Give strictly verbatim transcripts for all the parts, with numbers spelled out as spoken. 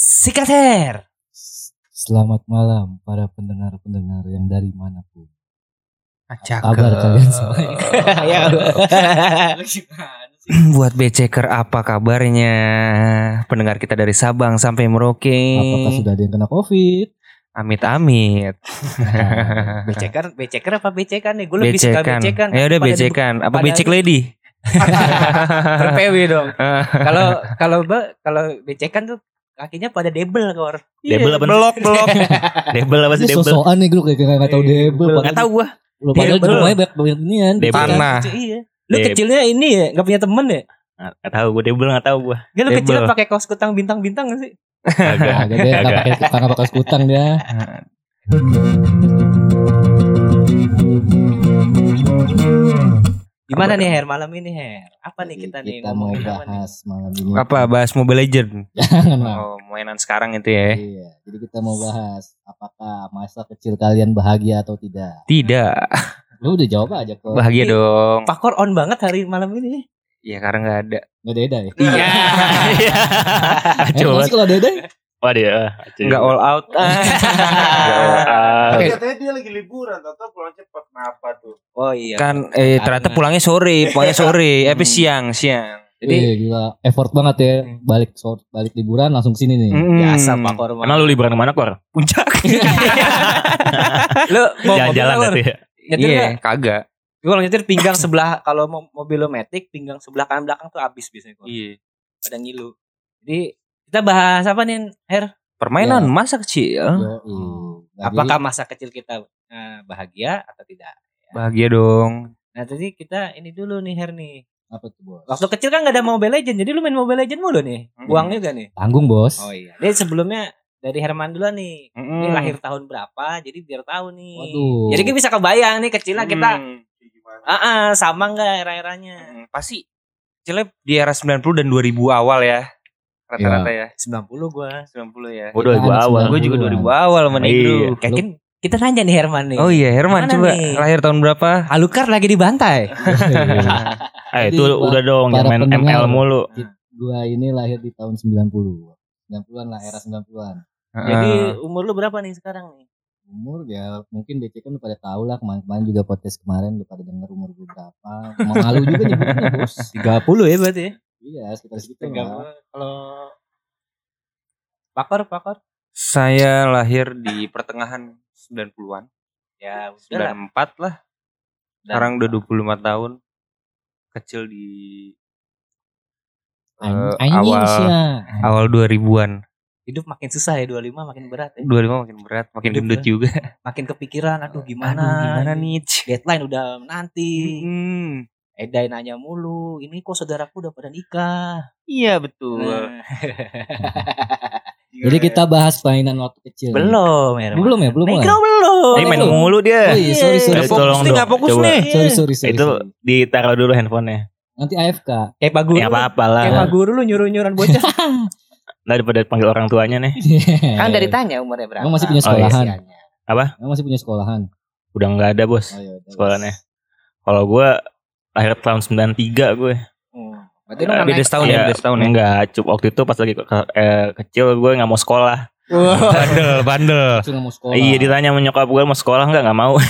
Sikat Her. Selamat malam para pendengar-pendengar yang dari manapun. Cakep. Kabar kalian semua. Ya. Buat Beceker apa kabarnya? Pendengar kita dari Sabang sampai Merauke. Apakah sudah ada yang kena COVID? Amit-amit. Beceker, beceker apa becekan nih? Gue lebih suka becekan. Ya udah becekan. Apa becek lady? Ber-P W dong. Kalau kalau kalau becekan tuh kakinya pada debel kor. Debel apa? Belok belok. Debel apa sih debel? Sosokan nih gue kayak nggak tahu debel. Nggak tahu gua. Padahal di rumahnya banyak banyak inian. Tanah. Iya. Lu kecilnya ini ya, nggak punya temen ya? Nggak tahu gue debel nggak tahu gue. Dia lu kecilnya pakai kaos kutang bintang-bintang nggak sih? Agak agak deh nggak pakai kutang nggak pakai kutang dia. Gimana nih Her malam ini Her? Apa nih kita, kita nih kita mau ngomongin bahas malam ini. Apa bahas Mobile Legend? Jangan lah. Oh, mainan sekarang itu ya. Iya, jadi kita mau bahas apakah masa kecil kalian bahagia atau tidak. Tidak. Lu udah jawab aja kok. Bahagia dong. Pakor on banget hari malam ini. Iya karena nggak ada. Nggak ada Eda ya? Iya. Coba. Kalau ada Eda? Waduh ya. Nggak all out. Tapi katanya dia lagi liburan, atau pulang cepat. Kenapa tuh? Oh iya. Kan eh ternyata pulangnya sore, pulangnya sore, eh siang, siang. Jadi iya, gila effort banget ya balik sore, balik liburan langsung sini nih. Mm. Biasa Pakor. Emang lu liburan kemana Kor? Puncak. Lu mau jalan-jalan berarti ya? Nyetir iya, gak? kagak. Gue kalau nyetir pinggang sebelah, kalau mobil lo matic pinggang sebelah kanan belakang tuh habis biasanya Kor. Iya. Pada ngilu. Jadi kita bahas apa nih Her? Permainan Ya. masa kecil. Yoi. Nah, Apakah jadi- masa kecil kita uh, bahagia atau tidak? Bahagia dong. Nah tadi kita ini dulu nih Her nih. apa tuh bos? Waktu kecil kan gak ada Mobile Legend, jadi lu main Mobile Legend mulu nih. Hmm. Uang juga nih. Tanggung bos. Oh iya. Jadi sebelumnya dari Herman dulu nih. Mm-mm. Ini lahir tahun berapa? Jadi biar tahu nih. Waduh. Jadi kita bisa kebayang nih kecilnya kita. Hmm. Ah, ah, sama enggak era-eranya? Hmm, pasti kecilnya di era sembilan puluh dan dua ribu awal ya. Rata-rata ya. sembilan puluh gua. sembilan puluh ya. Oh, dua ribu awal. Gue juga dua ribu awal sama Iya. Negro. Kayak kan kita nanya nih Herman nih. Oh iya, Herman Gimana coba nih? lahir tahun berapa? Alucard lagi dibantai. Eh Jadi, itu pa- udah dong, para jangan main pendengar, M L mulu. Gua ini lahir di tahun sembilan puluh. sembilan puluhan lah, era sembilan puluhan. Jadi umur lu berapa nih sekarang nih? Umur ya mungkin B C kan udah pada tahu lah, kemarin-kemarin juga podcast kemarin udah pada denger umur gue berapa. Mau malu juga nyebutnya bos. tiga puluh ya berarti ya? Iya sekitar segitu tiga lah. puluh. Kalau Pakor, Pakor. saya lahir di pertengahan sembilan puluhan. Ya, udah lah. sembilan puluh empat lah. Sekarang udah dua puluh lima tahun. Kecil di eh, Anjing awal sih ya. awal dua ribuan. Hidup makin susah ya, dua puluh lima makin berat ya. dua puluh lima makin berat, makin Hidup gendut ya. juga. Makin kepikiran, aduh gimana? Aduh, gimana nih? Deadline udah nanti. Hmm. Edai nanya mulu, ini kok saudaraku udah pada nikah. Iya betul. Nah. Jadi kita bahas mainan waktu kecil. belum, Herman. Belum ya, belum mulai. Negro belum. Ini main belum. mulu dia. Oh iya, sorry sorry. Eh, sorry. tolong nih, dong, nggak fokus coba. nih. Sorry sorry sorry. Itu sorry. ditaruh dulu handphonenya. Nanti A F K. Kayak Pak Guru. Ya apa-apa lah. Kayak Pak Guru lu nyuruh-nyuruhan bocah. Daripada panggil orang tuanya nih. Kan dari tanya umurnya berapa. Emang masih punya Oh, iya. sekolahan? Usianya. Emang masih punya sekolahan? Udah nggak ada bos Oh, iya, udah, sekolahnya. Kalau gue lahir tahun sembilan puluh tiga gue. Hmm. Berarti lu nggak Beda naik- setahun ya, beda setahun ya. Enggak, cup waktu itu pas lagi ke- eh, kecil gue nggak mau sekolah. Wah. Bandel, bandel. Bos. Nggak mau sekolah. Iya ditanya sama nyokap gue mau sekolah nggak, nggak mau.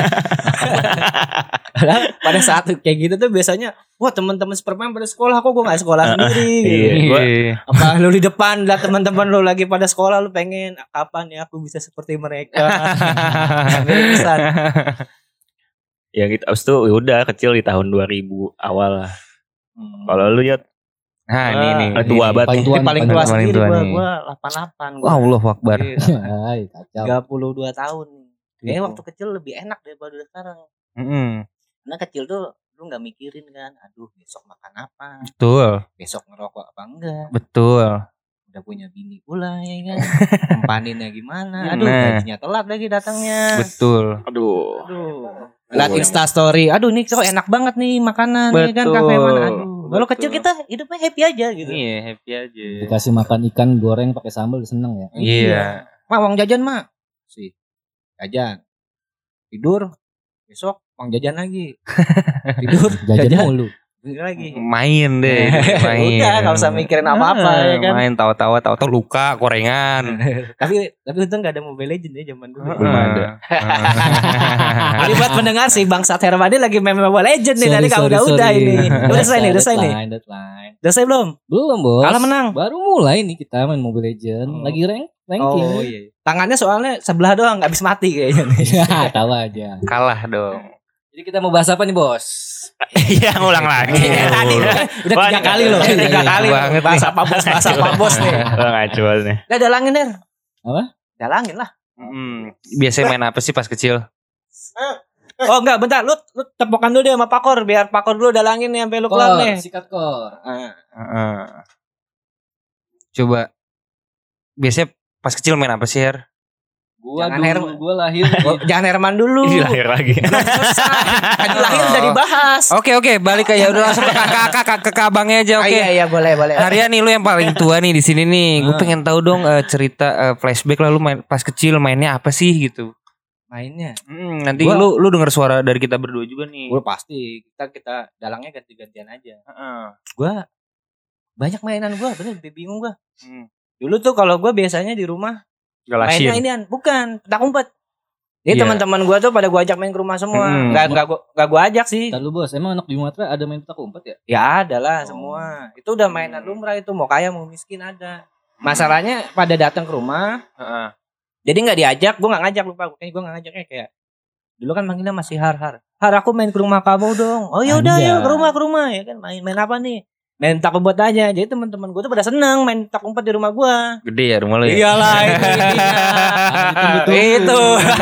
Padahal pada saat kayak gitu tuh biasanya, wah teman-teman Superman pada sekolah, kok gue nggak sekolah sendiri. gitu. Iya, gua- Apa lu di depan lihat teman-teman lu lagi pada sekolah, lu pengen kapan ya aku bisa seperti mereka. Berkesan. Ya gitu. Abis itu udah kecil di tahun dua ribu awal lah. Hmm. Kalau lu ya, Nah, ini nih, ini tua nih, banget paling nih. tua Ini paling nih, tua paling sendiri tua gua, nih. gua delapan puluh delapan gua. Wah, Allah Akbar. Iya, Hai, kacau. tiga puluh dua tahun. Kayaknya Gitu. waktu kecil lebih enak daripada sekarang. Mm-mm. Karena kecil tuh lu nggak mikirin kan, aduh besok makan apa, Betul, besok ngerokok apa enggak, betul. udah punya bini pula ya kan, empaninnya gimana, aduh Nah. gajinya telat lagi datangnya, Betul. aduh, aduh, lihat Insta story, aduh nih kok enak banget nih makanan, ya kan, Betul. kafe mana, aduh, kalau Betul. kecil kita hidupnya happy aja gitu, Iya, happy aja. Dikasih makan ikan goreng pakai sambal seneng ya. Iya. mak uang jajan mak, sih, jajan, tidur, besok uang jajan lagi, tidur, Jajan jajan, mulu. Ini lagi. Main deh, main. Udah enggak usah mikirin apa-apa Ah, ya kan. Main tawa-tawa, tawa-tawa luka, korengan. tapi tapi untung enggak ada Mobile Legends ya zaman dulu. Belum ada. Jadi buat pendengar sih Bangsat Hermadi lagi main Mobile Legends nih. Sorry, Tadi kalau sorry, udah udah sorry. ini. Udah selesai nih, udah selesai nih. Deadline, deadline. Udah selesai belum? Belum, Bos. Kalah menang. Baru mulai nih kita main Mobile Legends. Oh. Lagi rank ranking. Oh iya. Tangannya soalnya sebelah doang enggak habis mati kayaknya nih. Ya, tahu aja. Kalah dong. Jadi kita mau bahas apa nih, Bos? Iya, ngulang lagi. Iya, tadi udah udah Wah, tiga ini kali loh, iya, tiga iya, kali banget bahasa nih. apa bos, bahasa apa bos nih. Wah, ngaco nih. Udah dalangin Der. Apa? Dalangin lah. Hmm, biasanya main apa sih pas kecil? Oh enggak, bentar, lu lu tepokan dulu deh sama Pakor biar Pakor dulu dalangin nih sampai lu kelar Kor, nih. sikat kor. Ah. Heeh. Coba biasanya pas kecil main apa sih, Her? Gua Jangan dulu, Herman. gua lahir Oh, jangan Herman dulu. Ini lahir lagi. Tadi lahir udah dibahas. Oke oke, balik ke ya udah langsung ke kakak kakak ke, ke abangnya aja. Ah, Oke. iya iya boleh boleh. Arya nih lu yang paling tua nih di sini nih. Gue Ah. pengen tahu dong eh, cerita eh, flashback lah lu main pas kecil mainnya apa sih gitu. Mainnya. Hmm, nanti Gua- lu lu denger suara dari kita berdua juga nih. Gue pasti kita kita dalangnya ganti-gantian aja. Heeh. Gua banyak mainan gua, bener bingung gua. Hmm. Dulu tuh kalau gua biasanya di rumah mainnya Galasin. inian, bukan petak umpet. Jadi Iya. teman-teman gua tuh pada gua ajak main ke rumah semua. Mm-mm. Enggak enggak gua enggak gua ajak sih. Ntar lu, Bos, emang anak di Sumatera ada main petak umpet ya? Ya ada lah Oh. semua. Itu udah mainan lumrah itu, mau kaya mau miskin ada. Masalahnya pada datang ke rumah, Heeh. jadi nggak diajak, gua nggak ngajak lupa, kayaknya gua nggak ngajaknya kayak dulu kan manggilnya masih har har. Har aku main ke rumah kamu dong. Oh ya udah Anjay. yuk ke rumah ke rumah ya kan main main apa nih? Main petak umpet aja. Jadi teman-teman gua tuh pada seneng main petak umpet di rumah gua. Gede ya rumah lu ya? Iyalah itu intinya. Itu.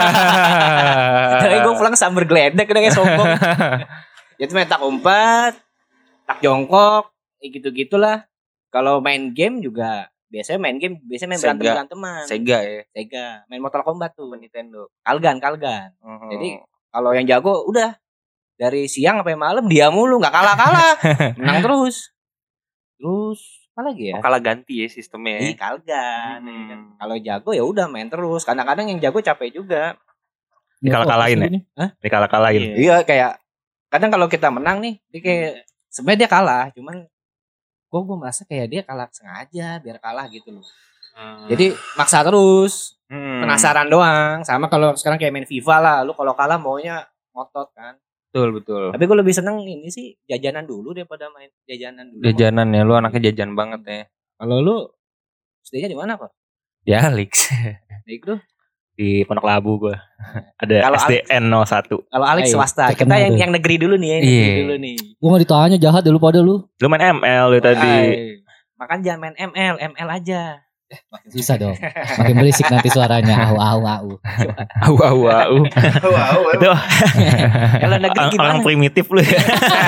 Jadi gue pulang sambar geledek udah kayak sombong. Jadi main tak umpet, tak jongkok, kayak gitu-gitulah. Kalau main game juga biasanya main game biasanya main Sega. berantem beranteman. Sega ya. Sega, main Mortal Kombat tuh. Nintendo. Kalgan, kalgan. Mhm. Jadi kalau yang jago udah dari siang sampai malam dia mulu nggak kalah-kalah. Menang terus. Terus apa lagi ya? Oh, kalah ganti ya sistemnya. Iya Ya. kalgan. Hmm. ya kan. Kalau jago ya udah main terus. Kadang-kadang yang jago capek juga. Dikalah-kalahin ya? Ini. Dikalah-kalahin. Iya. Iya kayak kadang kalau kita menang nih, dia kayak sebenarnya dia kalah, cuman gue gue merasa kayak dia kalah sengaja biar kalah gitu loh. Jadi maksa terus, Hmm. penasaran doang. Sama kalau sekarang kayak main FIFA lah, lu kalau kalah maunya ngotot kan. Betul betul. Tapi gue lebih seneng ini sih jajanan dulu daripada main jajanan dulu. Jajanan ya, lu anaknya jajan banget ya. Kalau lu S D-nya di mana kok? Ya, Alex. Dik lu. Di Pondok Labu gue. Ada Kalau S D N nol satu. Kalau Alex Eh, swasta, kita terkenal yang tuh. yang negeri dulu nih ya, yang negeri Iya. dulu nih. Gua gak ditanya jahat dulu pada lu. Lu main M L lu tadi. Ay, Makan jangan main M L, M L aja. Makin susah dong. Makin berisik nanti suaranya. Au au au. Au au au. Wow, Itu Kalau negeri orang, gimana? orang primitif lu ya.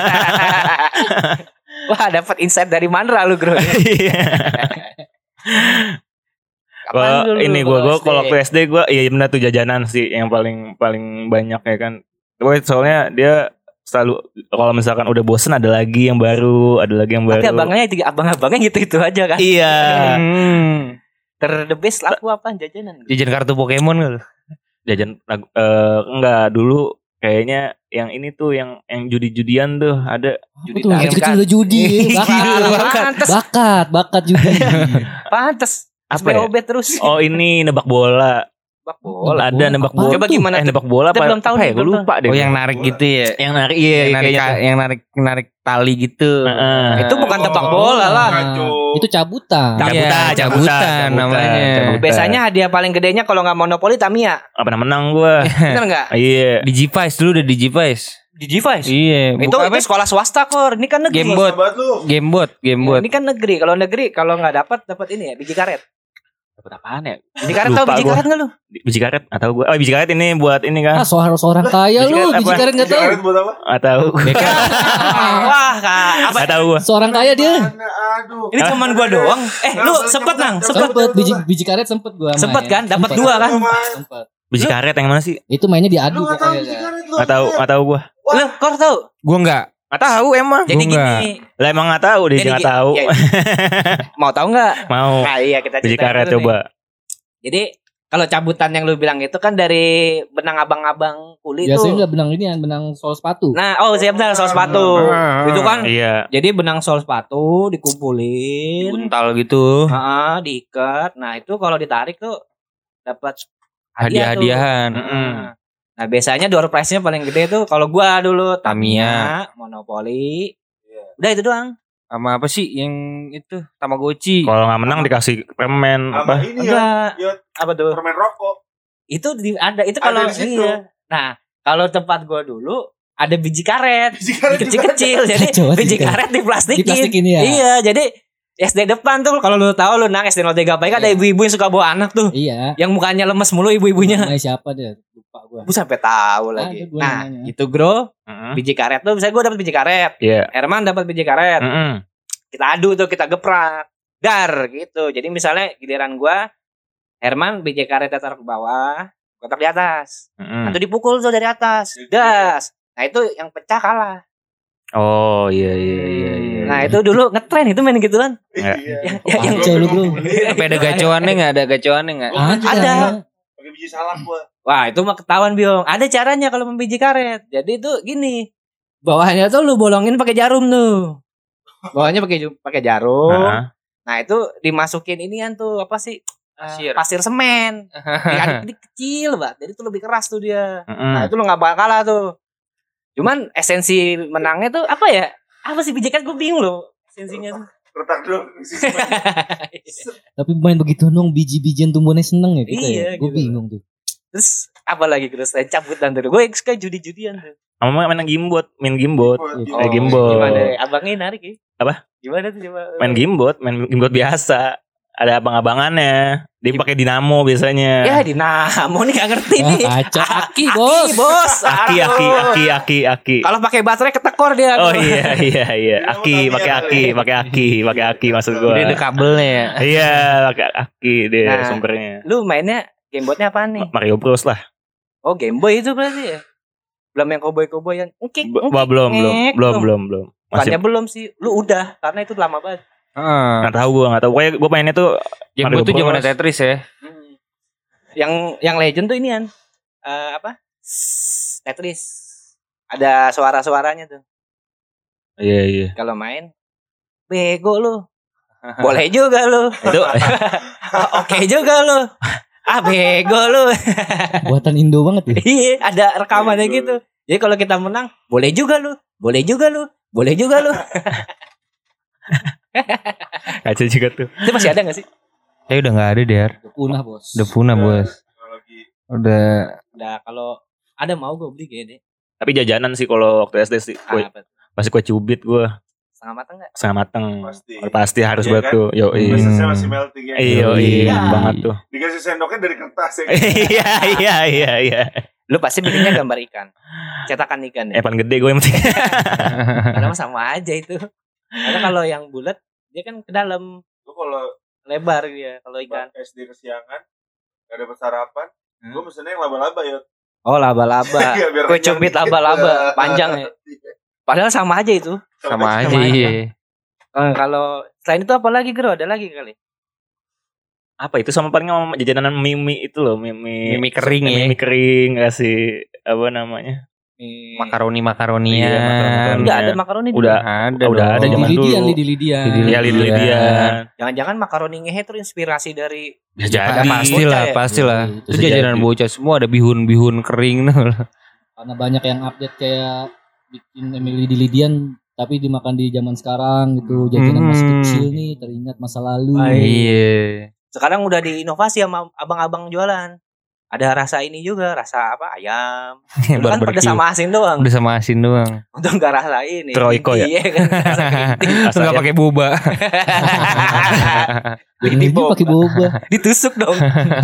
Wah, dapat insight dari Mandra lu, Bro. Gua ini gua gua kalau waktu S S D gua iya benar tuh jajanan sih yang paling paling banyak ya kan. Gua soalnya dia selalu kalau misalkan udah bosen ada lagi yang baru, ada lagi yang baru. Tapi abangnya itu abang-abangnya gitu-gitu aja kan. Iya. Hmm. Ter the best laku apa jajanan? Jajan kartu Pokemon lu. Jajan eh enggak dulu kayaknya yang ini tuh yang yang judi-judian tuh ada. Apa tuh masih kecil udah judi. Bakat, bakat, Pantes, bakat, bakat judi. pantes. Apa Apa ya? obet terus. Oh ini nebak bola. Nebak Oh, bola. ada nebak Apaan bola. Coba tuh? gimana Eh tuh? nebak bola Kita apa? belum tahu apa nih, ya? Gue belum lupa deh. Oh, yang narik gitu ya. yang narik iya Yang narik, kayaknya. yang narik narik tali gitu. Heeh. Itu bukan tebak bola lah. Ngaco. Itu cabutan. Iya, Cabutan, cabutan, cabutan, namanya. cabutan. Biasanya hadiah paling gedenya kalau nggak monopoli Tamiya. Apa pernah menang gua. Benar enggak? Iya. Digivice dulu udah Digivice. Di Device. Iya, Itu bukan apa? itu sekolah swasta kor. Ini kan negeri. Gamebot. Sahabat lu. Gamebot, Gamebot. Ini kan negeri. Kalau negeri kalau nggak dapat dapat ini ya biji karet. Dapat apaan ya? Biji karet Lupa tahu biji gua. karet nggak lu? Biji karet atau gua. Oh, biji karet ini buat ini kan. Ah, seorang seorang kaya Biji lu, karet biji apa? karet enggak tahu. Karet buat apa? Atau Wah, Kak, apa? Enggak tahu gua. Seorang kaya dia. Mana, aduh. Ini cuman gua doang. Eh, lu sempet nang, sempet. Sempet biji biji karet sempet gua main. Sempet kan? Dapat Sempet. dua kan? Sempet. Biji karet yang mana sih? Itu mainnya diadu Lu gak tahu pokoknya. biji kan. karet lu. Enggak tahu, enggak tahu gua. Lu kor tahu? Gua enggak. Enggak tahu emang. Jadi Gua nggak. gini. Lah emang enggak tahu dia Jadi enggak gi- tahu. ya, mau tahu nggak? Mau. Nah, iya kita Biji ceritain karet dulu nih. coba. Jadi kalau cabutan yang lu bilang itu kan dari benang abang-abang kuli Biasanya tuh. nggak benang ini kan, benang sol sepatu. Nah, oh siap dah sol sepatu. Ah, Itu kan. Iya. Jadi benang sol sepatu dikumpulin, Buntal gitu. heeh, diikat. Nah, itu kalau ditarik tuh dapat hadiah tuh. Hadiah-hadiahan. Nah, nah, biasanya door prize-nya paling gede tuh kalau gua dulu Tamiya. Monopoli. Udah itu doang. Sama apa sih yang itu Tamagotchi? Kalau nggak menang dikasih permen Sama apa? ini ya, Enggak. Yot, Apa tuh? permen rokok. Itu di, ada itu Ada kalau di situ. iya. Nah, kalau tempat gua dulu ada biji karet. Biji karet juga Kecil-kecil. Jadi Kacau banget biji biji karet. karet diplastikin. Diplastikin ya. Iya, jadi S D depan tuh kalau lu tahu lu nang S D nol tiga P K ada Iya. ibu-ibu yang suka bawa anak tuh. Iya. Yang mukanya lemes mulu ibu-ibunya. Namanya siapa dia? Lupa gua. Gue sampai tahu lagi. Ada gua Nah, namanya. itu bro, Heeh. biji karet tuh misalnya gue dapat biji karet, Iya. Herman dapat biji karet. Heeh. Kita adu tuh, kita geprak. Dar gitu. Jadi misalnya giliran gua Herman biji karetnya taruh ke bawah, kotak di atas. Heeh. Atau dipukul tuh dari atas. Das. Nah, itu yang pecah kalah. Oh iya iya iya iya. Nah, itu dulu ngetren itu main gituan. Iya. Ya, ya, yang Kacau lu, bro. Sampai ada gacoannya enggak? Ada gacoannya enggak? Ada. Pakai biji salak gua. Wah, itu mah ketahuan Biong. Ada caranya kalau membiji karet. Jadi itu gini. Bawahnya tuh lu bolongin pakai jarum tuh. Bawahnya pakai ju- pakai jarum. Heeh. Nah, itu dimasukin inian tuh apa sih? Eh, Pasir. pasir semen. Dikit kecil banget. Jadi itu lebih keras tuh dia. Heeh. Nah, itu lu enggak bakal kalah tuh. Cuman esensi menangnya tuh apa ya? Apa sih biji karet gue bingung loh esensinya tuh. Retak dulu. Tapi main begitu dong biji-bijian tumbuhannya seneng ya kita Iya, ya. Gue gitu. bingung tuh. Terus apa lagi terus saya cabutan tuh. Gue suka judi-judian tuh. Sama main gimbot, main gimbot. Oh, Eh, gimbot. Gimana? Abangnya narik ya? Apa? Gimana tuh coba? Main gimbot, main gimbot biasa. Ada abang-abangannya. Dia pakai dinamo biasanya. Ya dinamo nih gak ngerti nih. Ah, kacau. Aki, Aki, bos. bos. Aki, aki, Aduh. aki, aki, aki. Kalau pakai baterai ketekor dia. Oh iya iya iya. Dinamo Aki, Tamiya pakai kali. aki, pakai aki, pakai aki maksud gua. Dia ada kabelnya ya. Iya, pakai aki dia Nah. sumbernya. Lu mainnya gamebotnya apaan nih? Mario Bros lah. Oh Game Boy itu berarti ya? Belum yang cowboy-cowboyan. Engkik, B- engkik, belum, belum, ngek, belum, belum, belum. Bukannya Masih belum sih. Lu udah karena itu lama banget. Heeh. nggak tahu gua, nggak tahu. Pokoknya gua mainnya tuh Game Mario Boy tuh Bros. zaman Tetris ya. Yang yang legend tuh inian. Eh apa? Sss, Tetris. Ada suara-suaranya tuh. Iya iya. Kalau main bego lu. Boleh juga lu. Itu Oh, Oke juga lu. Ah bego lu. Buatan Indo banget ya. Iya, ada rekamannya gitu. Jadi kalau kita menang, boleh juga lu. Boleh juga lu. Boleh juga lu. kacau juga tuh. Itu masih ada gak sih? Eh udah enggak ada, Der. Udah punah bos. Udah punah, Bos. Teknologi. Udah Udah kalau ada mau gue beli kayaknya deh. Tapi jajanan sih kalau waktu S D sih. Kue, Ah, apa? pasti kue cubit gua Setengah matang gak? setengah mateng. Pasti. Pasti harus Iya buat kan? tuh. Yo iya. Prosesnya masih melting ya. Iya iya Iya. banget tuh. Dikasih sendoknya dari kertas ya. Iya iya iya iya. Lu pasti bikinnya gambar ikan. Cetakan ikan ya. Eh paling gede gue yang penting. Karena mah sama aja itu. Karena kalau yang bulat dia kan ke dalam Lu kalau lebar dia kalau ikan. S D kesiangan gak dapet sarapan, Hmm. gue mesennya yang laba-laba ya. Oh laba-laba. Iya, biar Kue kenyang cubit dikit. laba-laba panjang ya. Padahal sama aja itu. sama aja. sama aja. Iya. Eh, kalau selain itu apa lagi Bro? Ada lagi kali? Apa itu sama paling sama jajanan mie itu loh, mie mie, Mie kering ya. mie kering kasih apa namanya? Makaroni Iya, makaronian. makaroni-makaroni. Enggak ada makaroni dulu. Udah Ada. Udah ada dong. zaman Lidi-lidian, dulu. lidi-lidian. Lidi-lidian. Iya lidi-lidian. Jangan-jangan makaroni ngehe itu inspirasi dari Ya Ya, jadi. pasti lah, Bocah ya? pasti lah. Iya, Itu bisa jajanan jadi. bocah semua ada bihun-bihun kering tuh. Karena banyak yang update kayak bikin lidi-lidian tapi dimakan di zaman sekarang gitu. Jajanan masih Hmm. kecil nih, teringat masa lalu. Iya. sekarang udah diinovasi sama abang-abang jualan. Ada rasa ini juga, rasa apa? Ayam. Dulu kan Barbecue. pedas sama asin doang. Udah sama asin doang. Untuk enggak rasa ini. Royco ya? Iya kan. Rasa kelinting. Terus nggak pakai boba. Ini Diboba. pakai boba. Ditusuk dong.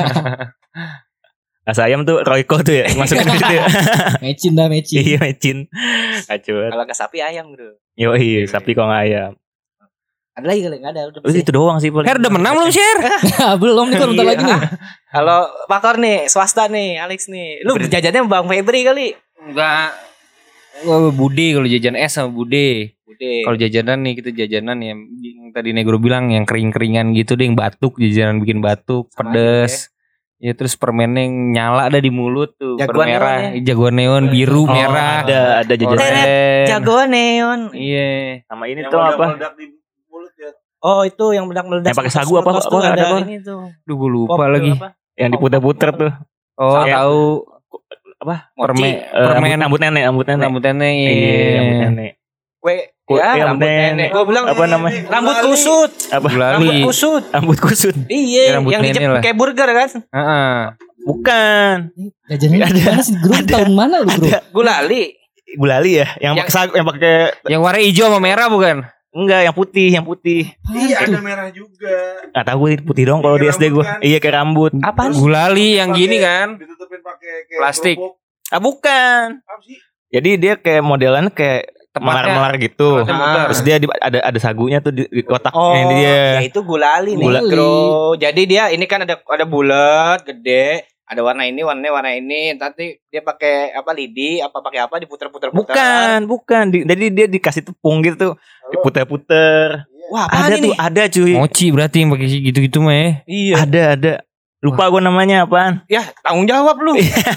Rasa ayam tuh Royco tuh ya, masukin ke situ. Ya. Mecin dah mecin. Iya mecin. Kacau banget. Kalau ke sapi ayam bro. Yo iya, sapi kok nggak ayam. Ada lagi kali? Enggak ada. Udah Udah, itu doang sih. paling. Her udah menang belum, Sher? Belum nih kan bentar Iya. lagi nih. Kalau Pakor nih, swasta nih, Alex nih. Lu jajannya Bang Febri kali? Enggak. Gua Bude kalau jajan es sama Bude. Bude. Kalau jajanan nih kita jajanan yang, yang tadi Negro bilang yang kering-keringan gitu deh, yang batuk, jajanan bikin batuk, Sama pedes. Ya terus permennya yang nyala ada di mulut tuh. Jagoan permen merah, neon jagoan neon biru, Oh, merah. ada ada jajanan. Oranye. Jagoan neon. Iya. Sama ini Yang tuh apa? meledak di mulut ya. Oh itu yang meledak-meledak. Yang pakai sagu apa- Smokers tuh apa- ada apa? ini tuh. Duh gue lupa Pop tuh lagi. apa? Yang diputer-puter tuh. Oh Saya- tahu Apa? permen Eh, permen rambut, rambut nenek, rambut nenek. rambut nenek. Iya, rambut Iya. nenek. We, Ku- ya iya, rambut nenek. nenek. Gue bilang Apa namanya? rambut kusut. Apa? Rambut Gulali. kusut. Rambut kusut. Ya, Iya, rambut yang nenek dijepit lah. kayak burger kan? Heeh. Bukan. Jajannya Ada. gimana sih? Grup tahun mana lu, Bro? Gulali. Gulali ya, yang Yang- pakai sagu, yang pakai Yang warna hijau sama merah bukan? enggak, yang putih, yang putih. Iya ada merah juga. Enggak tahu gue putih dong kalau di Kayak S D gue. rambut kan? Iya kayak rambut. Apaan? Gulali yang Pakai- gini kan? Ditutupin pakai kayak Plastik. gerobok. Ah bukan. Apa sih? Jadi dia kayak modelan kayak Tempatnya- melar-melar gitu. tempatnya muter. Terus dia di- ada ada sagunya tuh di, di kotak Oh, ini dia. ya itu gulali nih, Gulali. bro. Jadi dia ini kan ada ada bulat, gede, ada warna ini, warnanya warna ini. Nanti dia pakai apa lidi, apa pakai apa diputer-puter. Bukan, bukan. Di- jadi dia dikasih tepung gitu, diputer-puter. Wah, apa Ada ini? tuh, ada cuy. Mochi berarti yang pakai gitu-gitu mah ya. Iya. Ada, ada. Lupa gue namanya apaan. Ya, tanggung jawab lu.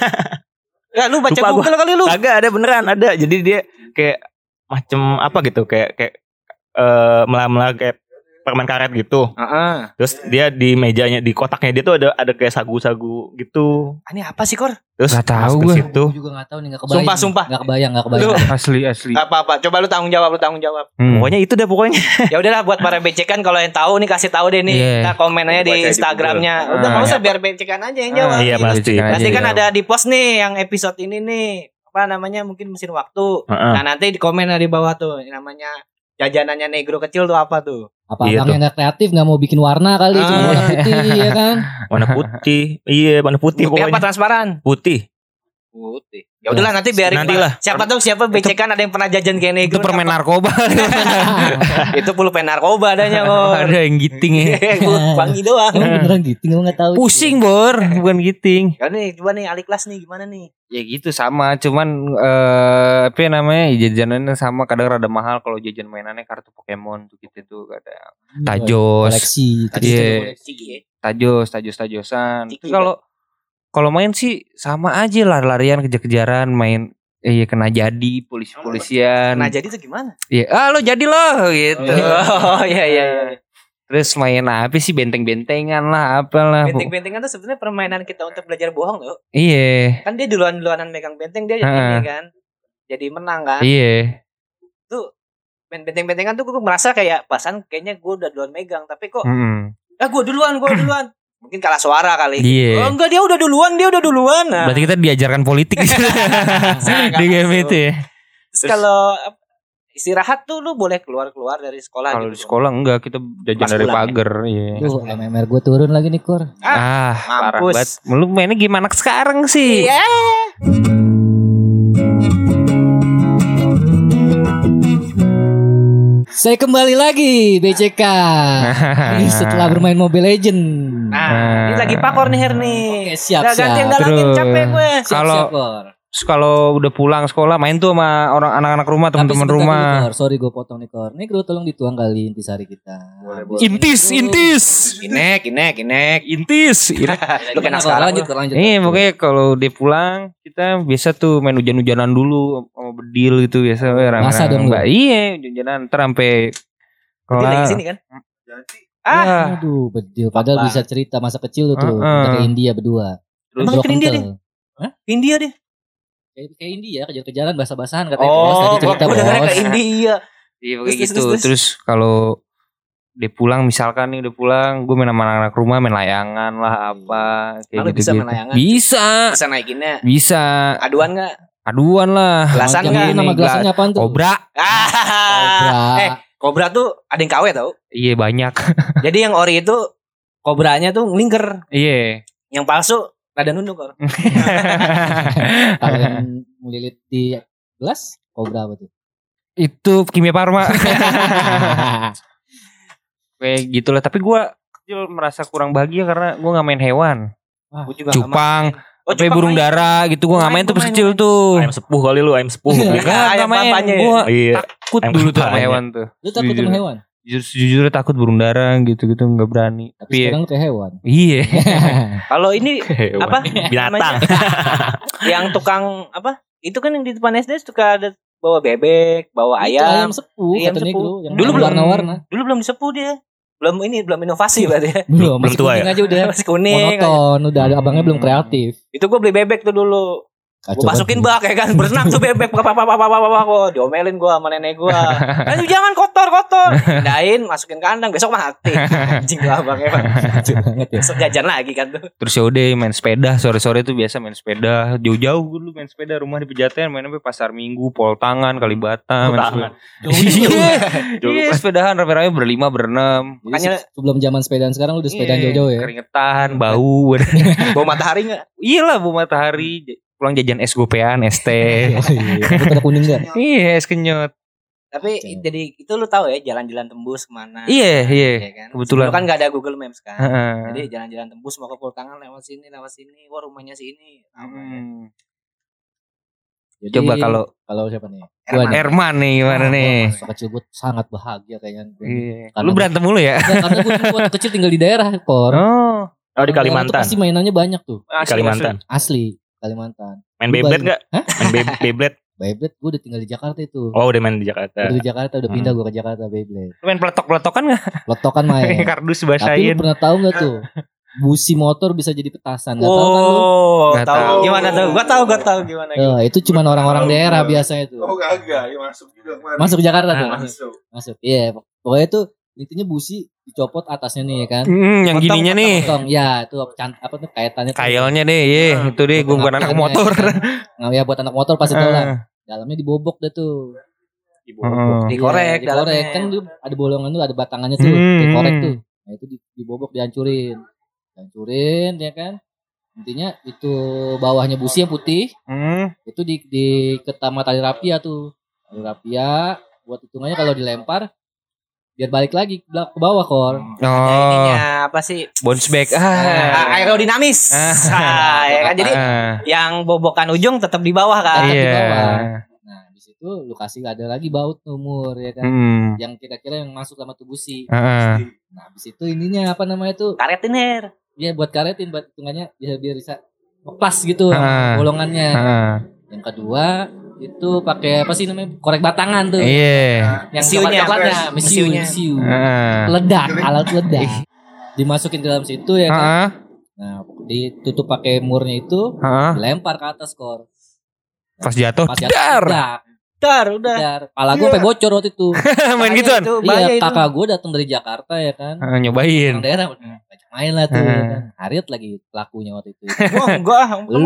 Ya, lu baca Lupa gua. Google kali lu. Agak ada beneran ada. Jadi dia kayak macem apa gitu, kayak kayak eh melar-melar kayak permen karet gitu. Heeh. Terus dia di mejanya, di kotaknya dia tuh ada ada kayak sagu-sagu gitu. Ini apa sih, Kor? Terus Nggak tahu masukin gua. situ. Gue juga gak tahu nih, gak kebayang. Sumpah, sumpah. Gak kebayang, gak kebayang. Lu Asli asli. apa-apa? Coba lu tanggung jawab, lu tanggung jawab. Hmm. Pokoknya itu dah pokoknya. Ya udahlah buat para becekan kalau yang tahu nih kasih tahu deh nih. Iya. Kita komen aja di Baca di Instagramnya. Google. Udah Ah, enggak usah iya. biar becekan aja yang jawab. Ah, Iya, gitu. pasti. Aja Nanti kan jawab. ada di post nih yang episode ini nih. Apa namanya? Mungkin mesin waktu. Heeh. Nah, nanti di komen di bawah tuh yang namanya jajanannya negro kecil tuh apa tuh? Apa Iya abang tuh. yang gak kreatif gak mau bikin warna kali, cuma Ah. warna putih ya kan? Warna putih. Iya, warna putih Putih apa pokoknya. transparan? Putih. Putih. Ya udahlah nanti biarin. Nantilah. Siapa tahu siapa becekan ada yang pernah jajan kayak negro. Itu permen apa- narkoba. Itu pulpen narkoba adanya kok. Ada yang giting ya. Wangi doang. Emang beneran gitu, gue gak tahu. Pusing bor, bukan giting. Ya nih, coba nih Alik kelas nih gimana nih? Ya gitu sama, cuman eh apa ya namanya jajanannya sama, kadang rada mahal kalau jajan mainannya kartu Pokemon tuh gitu tuh kadang. Tajos, Koleksi. Iya. Ciki ya. tajos, tajos, tajosan. Ciki Tapi kalau kalau main sih sama aja lah, larian kejar-kejaran, main eh, iya kena jadi polisi-polisian. Nah jadi tuh gimana? Iya, ah lo jadi lo gitu. Oh iya iya. iya. Terus main apa sih, benteng-bentengan lah, apalah. Benteng-bentengan tuh sebenarnya permainan kita untuk belajar bohong loh. Iya. Kan dia duluan-duluanan megang benteng dia jadi Heeh. ini kan. Jadi menang kan. Iya. Tuh main benteng-bentengan tuh gue merasa kayak pasan kayaknya gue udah duluan megang tapi kok Mm-mm. ah gue duluan gue duluan. Mungkin kalah suara kali. Iya. Oh enggak dia udah duluan, dia udah duluan. Nah. Berarti kita diajarkan politik di Nggak di game masuk. itu ya. Terus kalau ap- istirahat tuh lu boleh keluar-keluar dari sekolah Kalau gitu. di sekolah enggak, kita jajan Pas dari pulang ya? pagar. Iya. Tuh M M R gue turun lagi nih, Kor. Ah, parah mampus. banget. Lu mainnya gimana sekarang sih? Iya. Saya kembali lagi B C K. Ini setelah bermain Mobile Legend. Nah, ini lagi pakor nih Her nih. Oke, siap, Udah ganti yang siap. dalangin Terus. capek gue. Siap, Kalau- siap, Kor. Terus kalau udah pulang sekolah main tuh sama orang anak-anak rumah, Tapi teman-teman sebentar rumah. dulu, Kor. Sorry gue potong nih, Kor. Nih Kor, tolong dituang kali intisari kita. Intis, intis. Inek, inek, inek. Intis. Lu kena Kor, sekarang. lanjut, lu. Kor, lanjut. Iya, Kor. pokoknya kalau dia pulang kita biasa tuh main hujan-hujanan dulu sama bedil gitu biasa. we, rame-rame. Masa dong lu? Mbak. Iya, hujan-hujanan ntar sampai Dia lagi kelar. sini kan? Jadi Ah, Ya, Aduh, bedil. Padahal Apa? bisa cerita masa kecil lu tuh. Heeh. Kita ke India berdua. Emang Bro ke India kental. India deh. Kayak kayak India, kejar-kejaran, bahasa-bahasan katanya. Oh, Bos, tadi cerita, gue dengarnya Bos. ke India. Iya, Terus, kayak gitu. terus, Terus, terus. kalau dia pulang, misalkan nih udah pulang, gue main sama anak-anak rumah, main layangan lah apa kayak Ah, lu gitu. bisa main layangan? Bisa. Bisa naikinnya. Bisa. Aduan gak? Aduan lah. Gelasan Yang nggak? ini nama gelasnya apaan tuh? Kobra. Ah. Kobra. Eh, kobra tuh ada yang K W tau. Iya banyak. Jadi yang ori itu kobranya tuh ngelingker. Iya. Yang palsu rada nunduk Kor. Kalau yang melilit di gelas, kobra apa tuh? Itu Kimia Farma. Kayak gitulah. Tapi gue kecil merasa kurang bahagia karena gue nggak main hewan. Gua juga nggak Cupang, main. Oh, sampai cupang burung main. dara gitu gue nggak Main, main tuh gua pas main, kecil main. tuh. Ayam sepuh kali lu, ayam sepuh. Iya. Nggak Ayam main. papanya. Gue Iya. takut Ayam dulu tuh sama papanya. hewan tuh. Lu takut sama hewan? Jujur jujur takut burung darah gitu-gitu nggak berani. Tapi Tapi ya, sekarang lu kayak hewan. iya. Kalau ini apa? Binatang. Yang tukang apa? Itu kan yang di depan S D suka ada bawa bebek, bawa Itu ayam. ayam sepuh Ayam kata sepuh. negro yang Dulu belum- warna-warna. Dulu belum disepuh dia. Belum ini belum inovasi berarti ya. Belum, belum masih tua kuning ya? aja udah. Masih kuning. Monoton, udah ada abangnya belum Hmm. kreatif. Itu gue beli bebek tuh dulu. Gue Kacau masukin banget. bak ya kan. Berenang tuh bebek. Apa apa apa apa apa apa. Diomelin gue sama nenek gue. Ayo jangan kotor kotor. Pindahin masukin kandang. Besok mati. Anjing gue abangnya Pak. Kacau banget ya. Besok jajan lagi kan tuh. Terus ya udah main sepeda sore-sore tuh biasa main sepeda jauh-jauh dulu main sepeda rumah di Pejaten main sampai pasar Minggu Pol Tangan Kalibata main Tangan. sepeda. Iya, Jauh. iya sepedahan rame-rame berlima berenam. Jadi Makanya- se- sebelum zaman sepedaan sekarang lu udah sepedaan Iya, jauh-jauh ya. Keringetan, bau. Bawa matahari gak? Iyalah bu matahari j- pulang jajan es gopean, es teh. Oh iya, itu pada kuning enggak? Iya es kenyot. Tapi Kacau. jadi itu lu tahu ya jalan-jalan tembus kemana? Iya iya. Iya kan? kebetulan. Dulu kan gak ada Google Maps kan. Heeh. Jadi jalan-jalan tembus mau ke Pol Tangan lewat sini lewat sini. Wah rumahnya sini. Hmm. Jadi, Coba kalau kalau siapa nih? Herman. Gua nih. Herman nih gimana Wah, nih? gua masa kecil gue sangat bahagia kayaknya. Gua nih. Iya. Karena Lu gua- berantem mulu ya? Nggak, karena gue dulu waktu kecil tinggal di daerah, Kor. Oh. Oh di Daerah tuh Kalimantan. pasti mainannya banyak tuh. Di Kalimantan. Asli, Kalimantan. Main Lu Beyblade balik- gak? Hah? Main Bey- Beyblade. Beyblade gue udah tinggal di Jakarta itu. Oh udah main di Jakarta. Udah di Jakarta, udah Hmm. pindah gue ke Jakarta Beyblade. Lu main peletok-peletokan gak? Lotokan main. Kardus Tapi lu basahin. pernah tahu nggak tuh? Busi motor bisa jadi petasan. Gak tahu kan lu? Oh, Nggak tahu. tahu. Gimana tuh? Gua tahu, gua tahu gimana gitu. Eh, itu cuma orang-orang Tahu, daerah tahu. biasanya tuh. Oh kagak, ya masuk juga kemarin. Masuk ke Jakarta tuh. Nah, Masuk. Masuk. Iya, pokoknya itu intinya busi dicopot atasnya nih ya kan. Hmm, yang Potong, gininya nih. Potong. Ya, itu can- apa tuh kaitannya tuh. Kailnya deh, iya, Nah, itu deh, gue buat bukan anak ngapain motor. ya, kan? Nah, ya buat anak motor pasti tahu lah. Ah. Dalamnya dibobok deh tuh. Heeh. Dikorek, Iya, dikorek dalamnya. kan tuh ada bolongan tuh, ada batangannya tuh, Hmm. dikorek tuh. Nah, itu di- dibobok, dihancurin. Dihancurin ya kan. Intinya itu bawahnya busi yang putih, Hmm. itu di di ketama tali rapia tuh. Tali rapia buat hitungannya kalau dilempar biar balik lagi ke belak- ke bawah, Kor. Oh, Ininya apa sih? bounce back. Ah, Ah. aerodinamis. Ah. Ah, ya kan? Jadi Ah. yang bobokan ujung tetap di bawah kan. Tetap di Iya. bawah. Nah, di situ lu kasih ada lagi baut umur ya kan. Hmm. Yang kira-kira yang masuk sama tuh busi. Heeh. Nah, habis itu ininya apa namanya tuh? Karetin her. Ya buat karetin, buat hitungannya biar biar bisa lepas gitu Ah. bolongannya. Heeh. Yang kedua itu pakai apa sih namanya? Korek batangan tuh. Iya. Yang Mesiunya, coklat-coklatnya, Mas. mesiu, Mesiunya. mesiu. Heeh. Ledak, alat ledak. Dimasukin ke dalam situ ya kan. Heeh. Nah, ditutup pakai murnya itu, Heeh. dilempar ke atas, Kor. Pas jatuh, Pas jatuh, dar. ledak, Dar udah. dar. Pala gue sampai bocor waktu itu. Main Bahaya gituan. itu, bahaya Iya, itu. kakak gue datang dari Jakarta ya kan. Heeh, nyobain. Orang daerah ngajak main lah tuh. ya Heeh. kan. Harriet lagi pelakunya waktu itu. Wah, enggak.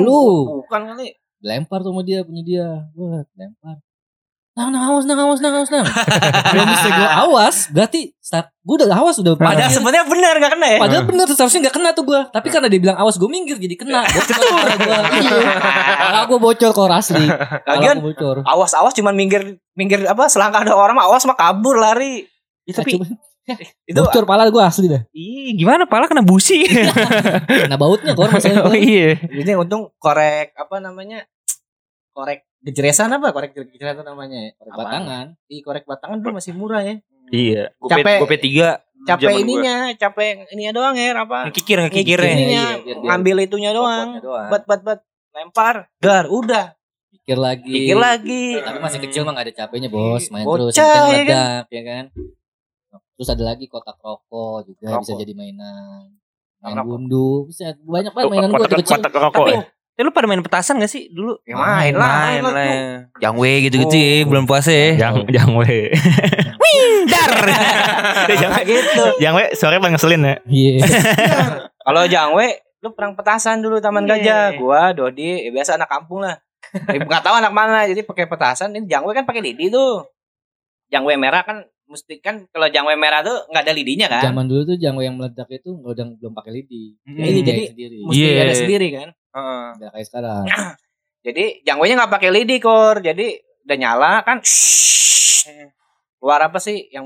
Lu. Bukan kali. Lempar tuh sama dia punya dia. Wah, lempar. Nang, nang, awas, nang, awas, nang, awas, nang. Belum bisa gue awas, berarti start, gue udah awas udah. Padahal parkir. sebenarnya benar enggak kena ya? Padahal bener seharusnya gak kena tuh gue. Tapi karena dia bilang awas gue minggir jadi kena. Bocor kepala gue. Iya. Kepala gue bocor kok asli. Kepala Lagian gue bocor. awas-awas cuman minggir minggir apa selangkah ada orang mah awas mah kabur lari. Ya, tapi Coba, Itu bocor pala gue asli dah. ih, gimana pala kena busi? Kena bautnya kok masalahnya. Oh iya. ini untung korek apa namanya? Korek gejresan apa? Korek gejresan namanya ya? Korek batangan. Iya, korek batangan dulu masih murah ya. Iya. Gope, Capek. gope tiga. Capek Zaman ininya, capek ininya doang ya apa? Ngekikir, ngekikir. Ngekikir. Ininya, Iya, biar- biar- ngambil itunya doang. Bobotnya doang. Bat bat bat lempar, dar, udah. Pikir lagi. Pikir lagi. Tapi masih kecil mah gak ada capeknya bos. Main Bocah, terus. Yang penting ya kan? meledak ya kan. Terus ada lagi kotak rokok juga Rokok. bisa jadi mainan. Main Rokok. gundu. Bisa banyak banget mainan gue Kotak waktu kecil. kotak rokok. Tapi ya? Eh, lu pada main petasan gak sih dulu? ya main lah, main Main lah. lah. Jangwe gitu-gitu Oh. ya, bulan puasa ya. Jangan jangan we. Dar. Jangan gitu. Jangan we suaranya paling ngeselin ya. Iya. Kalau Jangwe, lu perang petasan dulu Taman Iya. Gajah. Gua, Dodi, ya biasa anak kampung lah. Enggak tahu anak mana, jadi pakai petasan. Ini Jangwe kan pakai lidi tuh. Jangwe merah kan mesti kan kalau Jangwe merah tuh nggak ada lidinya kan? Zaman dulu tuh jangwe yang meledak itu nggak udah belum pakai lidi. Hmm. Ini Jadi- jadi sendiri. Mesti Iya. ada sendiri kan? Heeh. Nggak kayak sekarang. Jadi Jangwenya nggak pakai lidi kor. Jadi udah nyala kan. Keluar apa sih yang buat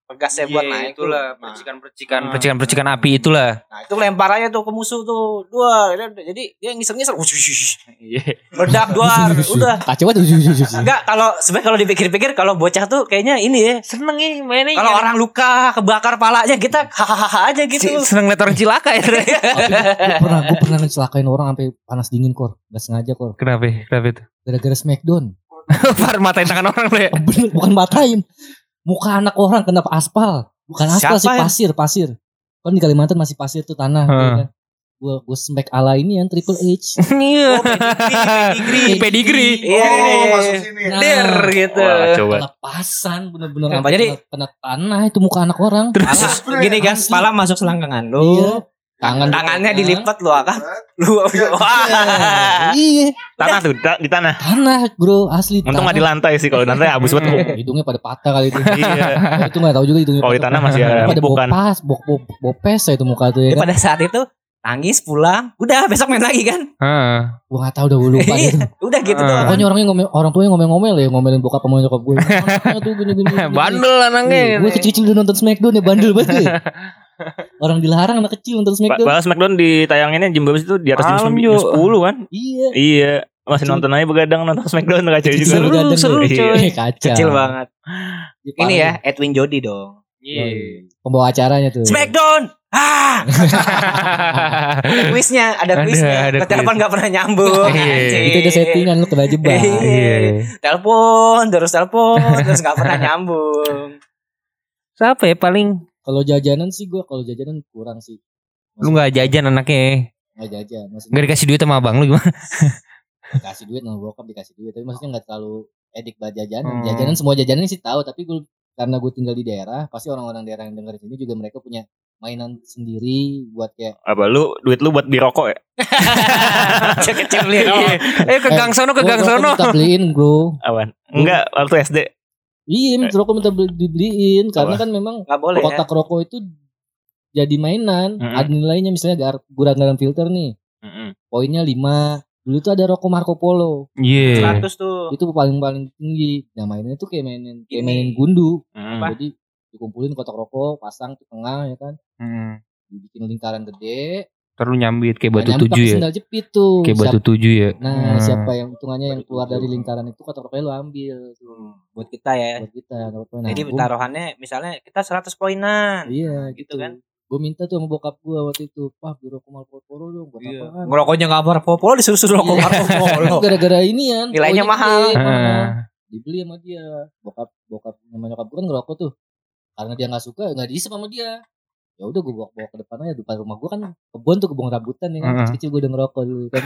Pegasnya buat naik tuh. itulah Nah. percikan-percikan Nah. percikan-percikan api itulah. Nah itu lempar aja tuh ke musuh tuh. Dua. Jadi dia ngisel-ngisel. Meledak duar. Udah. Kacau banget. Enggak kalau sebenarnya kalau dipikir-pikir kalau bocah tuh kayaknya ini ya. Seneng nih mainnya. Kalau orang luka kebakar palanya kita hahaha aja gitu. seneng liat orang cilaka ya. Gue pernah gue pernah ngecelakain orang sampai panas dingin kor. Gak sengaja kor. Kenapa? Kenapa itu? Gara-gara Smackdown. Far matain tangan orang lu ya. Bener, bukan matain. Muka anak orang kena aspal. Bukan aspal sih, Siapa ya? pasir, pasir. Kan di Kalimantan masih pasir tuh tanah. Hmm. Gitu kan. Gue gue smack ala ini yang Triple H. Iya. Pedigree. Pedigree. Iya, iya, iya. masuk sini. Nah, Der gitu. Wah, coba. kena pasan bener-bener Nah, sampai jadi- kena, kena tanah itu muka anak orang. Pala, gini kan, Asli. pala masuk selangkangan lu. Iya. Tangan Tangannya dipegang. dilipat lu kan. Lu wah. Iya, Tanah tuh ta- di tanah. tanah bro, asli. Untung nggak di tanah. lantai sih, kalau di lantai abis banget. Hidungnya pada patah kali itu. Iya. Itu nggak tahu juga hidungnya. Kalau di patah. tanah masih ada pada bukan. bopas, bok bok bopes itu muka tuh ya Dia kan. pada saat itu nangis pulang, udah besok main lagi kan. Heeh. Gua nggak tahu udah gua lupa gitu. Udah gitu Ah. doang. Pokoknya orangnya ngomel, orang tuanya ngomel-ngomel ya, ngomelin bokap sama nyokap gue. Anaknya tuh gini-gini. Bandel anaknya. Gue kecil-kecil udah nonton Smackdown ya, bandel banget ya. Orang dilarang anak kecil nonton Ba- Smackdown. Balas Smackdown ditayanginnya jam berapa sih itu di atas jam Malam, sembilan- Jo. jam sepuluh kan? Iya. Iya. Masih Kecil. nonton aja begadang nonton Smackdown kacau juga. Seru, Seru, seru Iya. coy. Kacau. Kecil banget. Dia Ini parah. ya Edwin Jody dong. Iya. Pembawa acaranya tuh. Smackdown. Ah. Ada kuisnya, ada Ada, kuisnya. ada Ke telepon kuis. enggak pernah nyambung. Iya. anjing. Itu udah settingan lu kena jebak. Iya. Telepon, terus telepon, terus enggak pernah nyambung. Siapa ya paling Kalau jajanan sih gue, kalau jajanan kurang sih. lu nggak jajan anaknya? Nggak jajan, maksudnya Nggak dikasih duit sama abang lu gimana? dikasih duit sama bokap dikasih duit, tapi maksudnya nggak terlalu edik buat jajanan. Hmm. Jajanan semua jajanan sih tahu, tapi gue karena gue tinggal di daerah, pasti orang-orang daerah yang dengerin ini juga mereka punya mainan sendiri buat kayak Apa lu duit lu buat beli rokok ya? Kecil beli Eh ke gang sono ke gua- gang gua sono. minta beliin bro. Awan. Enggak, waktu S D. Iya, minta rokok minta beli- dibeliin karena Apa? kan memang Enggak boleh ya. kotak rokok itu jadi mainan. Mm-mm. Ada nilainya misalnya gar- gurang garam filter nih, Heeh. poinnya lima. Dulu tuh ada rokok Marco Polo. Iya. seratus tuh. Itu paling paling tinggi. Nah mainnya tuh kayak mainin kayak Ini. mainin gundu. Apa? Jadi dikumpulin kotak rokok, pasang di tengah ya kan, Hmm. dibikin lingkaran gede. Terus lu nyambit kayak batu Nah, nyambit tujuh pakai ya. sendal jepit tuh. Kayak batu Siap- tujuh ya. Nah Hmm. siapa yang hitungannya yang keluar dari lingkaran itu kotak rokoknya lu ambil tuh Buat kita ya. buat kita. dapat poin. Nah, Jadi gua- taruhannya misalnya kita seratus poinan. Iya Gitu gitu kan. Gue minta tuh sama bokap gue waktu itu, Pak beli rokok Marco Polo dong, buat Iya. apaan? Ngerokoknya enggak Marco Polo disuruh-suruh rokok Iya. Marco Polo. Itu gara-gara ini ya. Nilainya mahal. Ah. Dibeli sama dia. Bokap bokap sama nyokap gue kan ngerokok tuh. Karena dia nggak suka, nggak diisep sama dia. Ya udah gue bawa, bawa ke depan aja, depan rumah gue kan kebun tuh, kebun rambutan ya kan. Heeh. Kecil-kecil gue udah ngerokok dulu kan.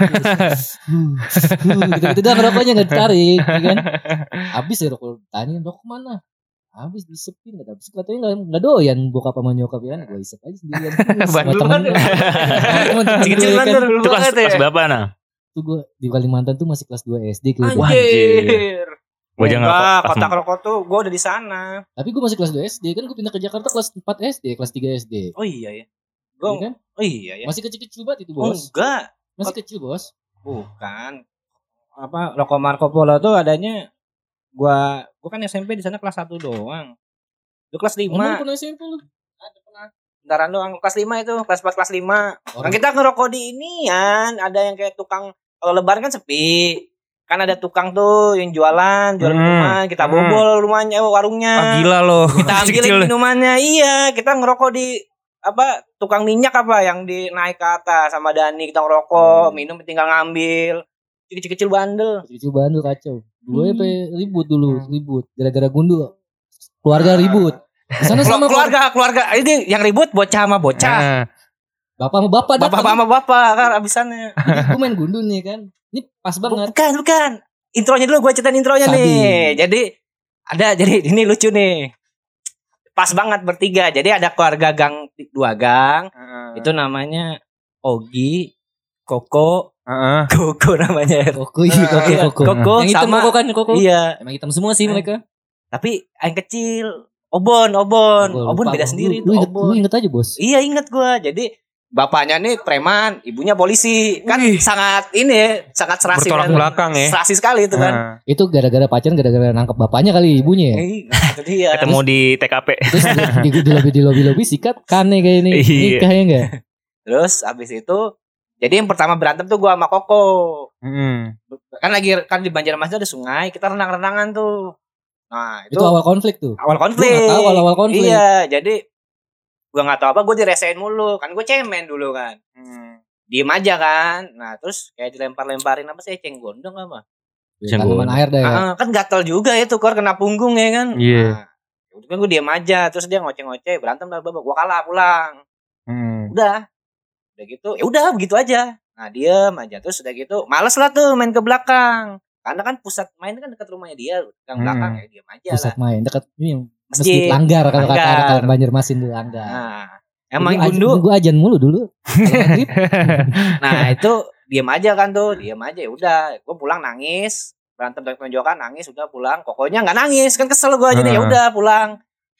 Hmm, hmm, gitu-gitu dah ngerokoknya nggak ditarik, ya kan. Habis ya rokok, tanya rokok mana? Habis disepin, nggak habis katanya nggak nggak doyan bokap sama nyokap ya kan. Gue isep aja sendirian. Sama Bandel temen banget. gue. Sama temen-temen Kecil gue, ya kan. bandel Itu kelas, banget ya. kelas berapa nah? Tuh gue di Kalimantan tuh masih kelas dua S D gitu. Wah, Anjir. Gua aja nggak Enggak, pas- kotak rokok tuh gue udah di sana. Tapi gue masih kelas dua S D kan, gue pindah ke Jakarta kelas empat S D, kelas tiga S D. Oh iya ya. Iya Gue kan? oh iya ya. Masih kecil-kecil banget itu, Oh, Bos. enggak, Masih kecil, Bos. bukan. Apa rokok Marco Polo tuh adanya gua gua kan S M P di sana kelas satu doang. Lu kelas Emang lima. pernah S M P lu? Ada pernah. Bentaran doang kelas lima itu, kelas empat kelas lima. Orang- Kan kita ngerokok di inian, ada yang kayak tukang kalau lebaran kan sepi. Kan ada tukang tuh yang jualan, jualan Hmm. minuman, kita Hmm. bobol rumahnya, eh, warungnya. Ah, gila loh. Kita Masih kecil. ambilin minumannya. Iya, kita ngerokok di apa tukang minyak apa yang di naik ke atas sama Dani, kita ngerokok, Hmm. minum tinggal ngambil. Kecil-kecil bandel. Kecil bandel kacau. Gue Hmm. sampai ribut dulu, ribut gara-gara gundu. Keluarga ribut. Di sana Kelu- sama keluarga, keluarga. Ini yang ribut bocah sama bocah. Ah. bapak sama bapak Bapak datang. sama bapak kan abisannya. Jadi gue main gundu nih kan. Ini pas banget. Bukan, bukan. Intronya dulu gue ceritain intronya Sabi. nih. Jadi ada jadi ini lucu nih. Pas banget bertiga. Jadi ada keluarga gang dua gang. Itu namanya Ogi, Koko, Heeh. Koko namanya. Koko, iya, koko, Iya, koko. Koko Yang hitam sama koko kan, koko. Iya. Emang hitam semua sih mereka. Tapi yang kecil Obon, Obon, Gua Obon lupa beda gua. sendiri Lu, tuh lu inget, lu Obon. inget aja, Bos. Iya ingat gua. Jadi bapaknya nih preman, ibunya polisi. Kan Wih. sangat ini ya, sangat serasi Bertolak kan. belakang ya. Serasi sekali itu kan. Nah. Itu gara-gara pacaran, gara-gara nangkep bapaknya kali ibunya ya. Eh, nah, itu dia. Ketemu di T K P. Terus di, di, di lobby di lobby lobby sikat kane kayak ini Iya. nikahnya enggak? Terus abis itu jadi yang pertama berantem tuh gua sama Koko. Hmm. Kan lagi kan di Banjarmasin ada sungai, kita renang-renangan tuh. Nah, itu, Itu awal konflik tuh. awal Gua konflik. nggak tahu awal-awal konflik. Iya, jadi gua nggak tahu apa, gua diresein mulu. Kan gua cemen dulu kan. Hmm. Diem aja kan. Nah, terus kayak dilempar-lemparin apa sih, eceng gondong apa? Ya, tanaman air dah ya. Ah, kan gatel juga itu kor kena punggung ya kan. Iya. Nah, udah kan gue diem aja, terus dia ngoceh-ngoceh, berantem lah, babak gua kalah pulang. Hmm. Udah. Udah gitu, ya udah begitu aja. Nah, diem aja terus udah gitu, males lah tuh main ke belakang. Karena kan pusat main kan dekat rumahnya dia, yang Hmm. belakang ya diem aja Pusat lah. main dekat ini Masjid. masjid langgar kalau kata Langgar. orang Banjarmasin dulu langgar. Nah, emang Gua gundu. Gue ajan mulu dulu. Kalau maghrib. Nah, itu diem aja kan tuh, diem aja ya udah. Gue pulang nangis, berantem tonjokan nangis, udah pulang. Pokoknya nggak nangis, kan kesel gue aja nih, ya Ah. udah pulang.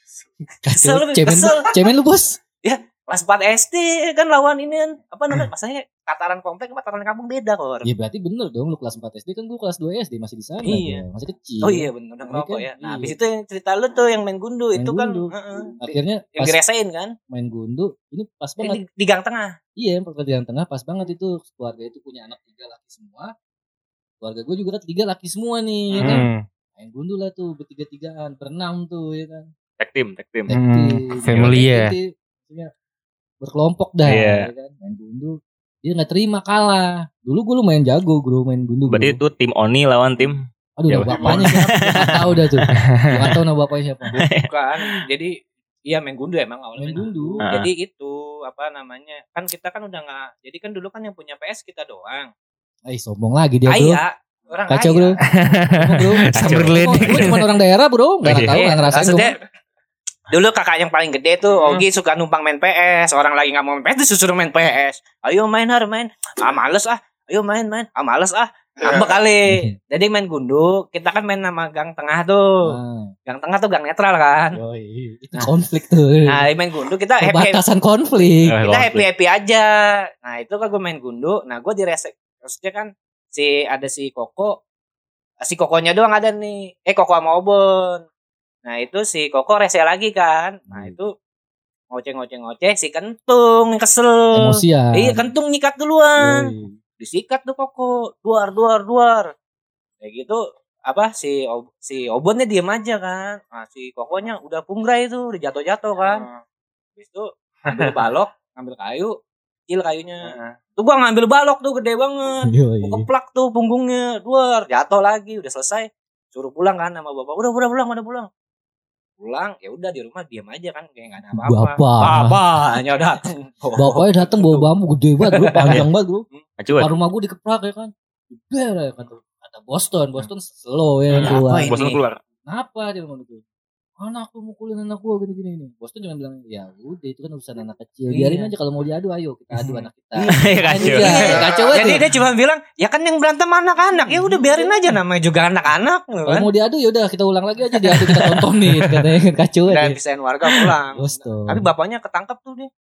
Kesel, Kacau. Cemen, kesel. cemen lu bos. Kelas empat S D kan lawan ini kan, apa namanya? Masanya tataran komplek sama tataran kampung beda kor. Ya berarti bener dong lu kelas empat S D kan gue kelas dua S D masih di sana. Iya. gua. Masih kecil. Oh iya bener, udah Iya ngerokok kan? ya. Nah, Iya. habis itu yang cerita lu tuh yang main gundu, Main itu kan gundu. heeh. Akhirnya yang pas diresain kan? main gundu ini pas Di, banget. di, di gang tengah. Iya, pekerjaan tengah pas banget itu keluarga itu punya anak tiga laki semua. Keluarga gue juga kan tiga laki semua nih, ya kan. Hmm. Main gundu lah tuh bertiga-tigaan, berenam tuh ya kan. Tag team, tag team. Tag Hmm, team, family ya. tag team, maksudnya berkelompok dah, Iya. ya kan. Main gundu, dia nggak terima kalah. Dulu gue lumayan jago, bro, main gundu. Berarti bro. itu tim Oni lawan tim. Aduh, Ya, nama bapaknya siapa? Gue nggak tahu dah tuh. Gue nggak tahu nama bapaknya siapa. Bukan. Jadi iya main gundu emang awalnya. Main main gundu. Ah. Jadi itu apa namanya? Kan kita kan udah nggak. Jadi kan dulu kan yang punya P S kita doang. Eh, sombong lagi dia, bro. Kaya. Orang Kacau, kaya. bro. Sombong, bro. Sambil Gue geledek. gue cuma orang daerah, bro. Nggak Iya. tahu, nggak ngerasain. Maksudnya, gua. dulu kakak yang paling gede tuh Hmm. Ogi suka numpang main P S. Orang lagi nggak mau main P S disuruh main P S. Ayo main har main. Ah males ah. Ayo main main. Ah males ah. Ngambek kali. Jadi main gundu. Kita kan main nama gang tengah tuh. Nah, Gang tengah tuh gang netral kan. yoi. Itu konflik tuh. Nah main gundu kita happy happy, Perbatasan konflik. Eh, kita happy konflik. happy aja. Nah itu kan gue main gundu. Nah gue diresek. Maksudnya kan si ada si Koko. Si Kokonya doang ada nih. Eh Koko sama Obon. Nah itu si Koko rese lagi kan. Nah Hmm. itu ngoceh-ngoceh-ngoceh si Kentung yang kesel. Emosian. Iya Kentung nyikat duluan. Yoi. Disikat tuh Koko. Duar duar duar. Kayak gitu apa si Ob- si Obonnya diem aja kan. Nah si Kokonya udah pungrai tuh, udah jatuh-jatuh kan. Habis itu ambil balok, ngambil kayu, kecil kayunya. Tuh gua ngambil balok tuh gede banget. Yoi. Gua keplak tuh punggungnya, duar, jatuh lagi, udah selesai. Suruh pulang kan sama bapak. Udah udah pulang, udah pulang. Pulang, ya udah di rumah diam aja kan kayak enggak ada apa-apa. Bapak. Bapaknya datang. Bapaknya datang bawa bambu gede banget, bro. Panjang banget, bro. Acuan. Rumah gue dikeprak ya kan. Ber ya kata kata Boston, Boston slow ya Apa keluar. ini? Boston keluar. Kenapa dia ngomong gitu? Anak lu mukulin anak gua gini-gini nih. Boston cuma bilang, "Ya udah itu kan urusan anak kecil. Biarin Iya. aja kalau mau diadu ayo kita adu anak kita." Iya, kacau. Iya, kacau banget. Jadi tuh. dia cuma bilang, ya kan yang berantem anak-anak. Ya udah biarin aja namanya juga anak-anak. Kalau Kan? mau diadu ya udah kita ulang lagi aja diadu kita tontonin katanya kan kacau Dan aja. pisahin warga pulang. Boston. Tapi bapaknya ketangkap tuh dia.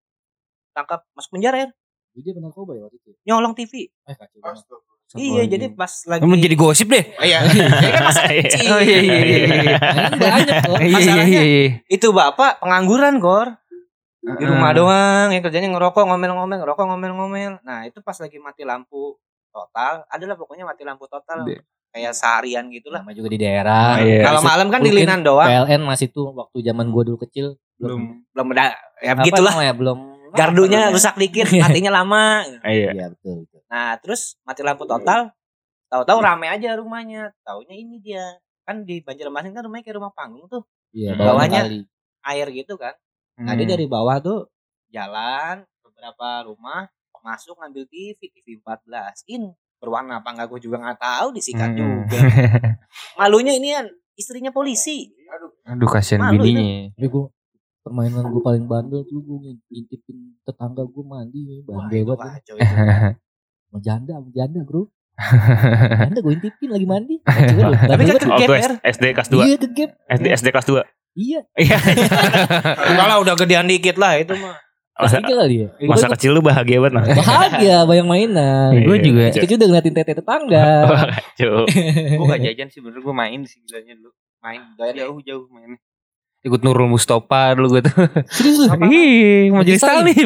Tangkap masuk penjara ya. Dia benar koba ya waktu itu. Nyolong T V. Eh kacau banget. Iya, jadi pas lagi Kamu jadi gosip deh. Oh, iya. Jadi kan masa kecil. Oh iya iya iya. iya. Kan banyak kok. Iya iya Masalahnya- iya. iya. Itu bapak pengangguran, Gor. Di rumah doang, yang kerjanya ngerokok, ngomel-ngomel, ngerokok, ngomel-ngomel. Nah, itu pas lagi mati lampu total, adalah pokoknya mati lampu total. Be- Kayak seharian gitu lah. Nama juga di daerah. Iya. Kalau malam kan Mungkin dilinan doang. P L N masih tuh waktu zaman gua dulu kecil belum Belum ada ya apa begitulah. namanya, belum Gardunya rusak dikit, matinya lama. Iya. Iya betul, betul. Nah, terus mati lampu total. Tahu-tahu rame aja rumahnya. Taunya ini dia. Kan di Banjarmasin kan rumahnya kayak rumah panggung tuh. Iya, Bawahnya- kali. Air gitu kan. Nah, dia Hmm. dari bawah tuh jalan beberapa rumah masuk ngambil T V, T V empat belas in. Berwarna apa enggak gue juga nggak tahu, disikat Hmm. juga. Malunya ini kan istrinya polisi. Aduh kasihan Malu bininya. Tapi gue permainan gue paling bandel tuh gue ngintipin tetangga gue mandi Wah, bandel itu banget. kacau itu. Sama janda, sama janda bro. Janda gue intipin lagi mandi. Kacau banget. Tapi Bandel kan banget. Oh, Gap, tuh Er. S D kelas dua. Iya ke gap. S D S D kelas dua. Iya. Iya. Kalau udah gedean dikit lah itu mah. Kelas Masa, tiga kali ya. masa kecil lu bahagia banget nah. Bahagia bayang mainan. Iya, Gue juga. Kecil kecil udah ngeliatin tete tetangga. Wah, kacau. Gue gak jajan sih bener, gue main sih gilanya dulu. Main doyan ya. Jauh-jauh main. Ikut Nurul Mustafa dulu gue tuh. Serius lu? Iya, majelis Salim. salim.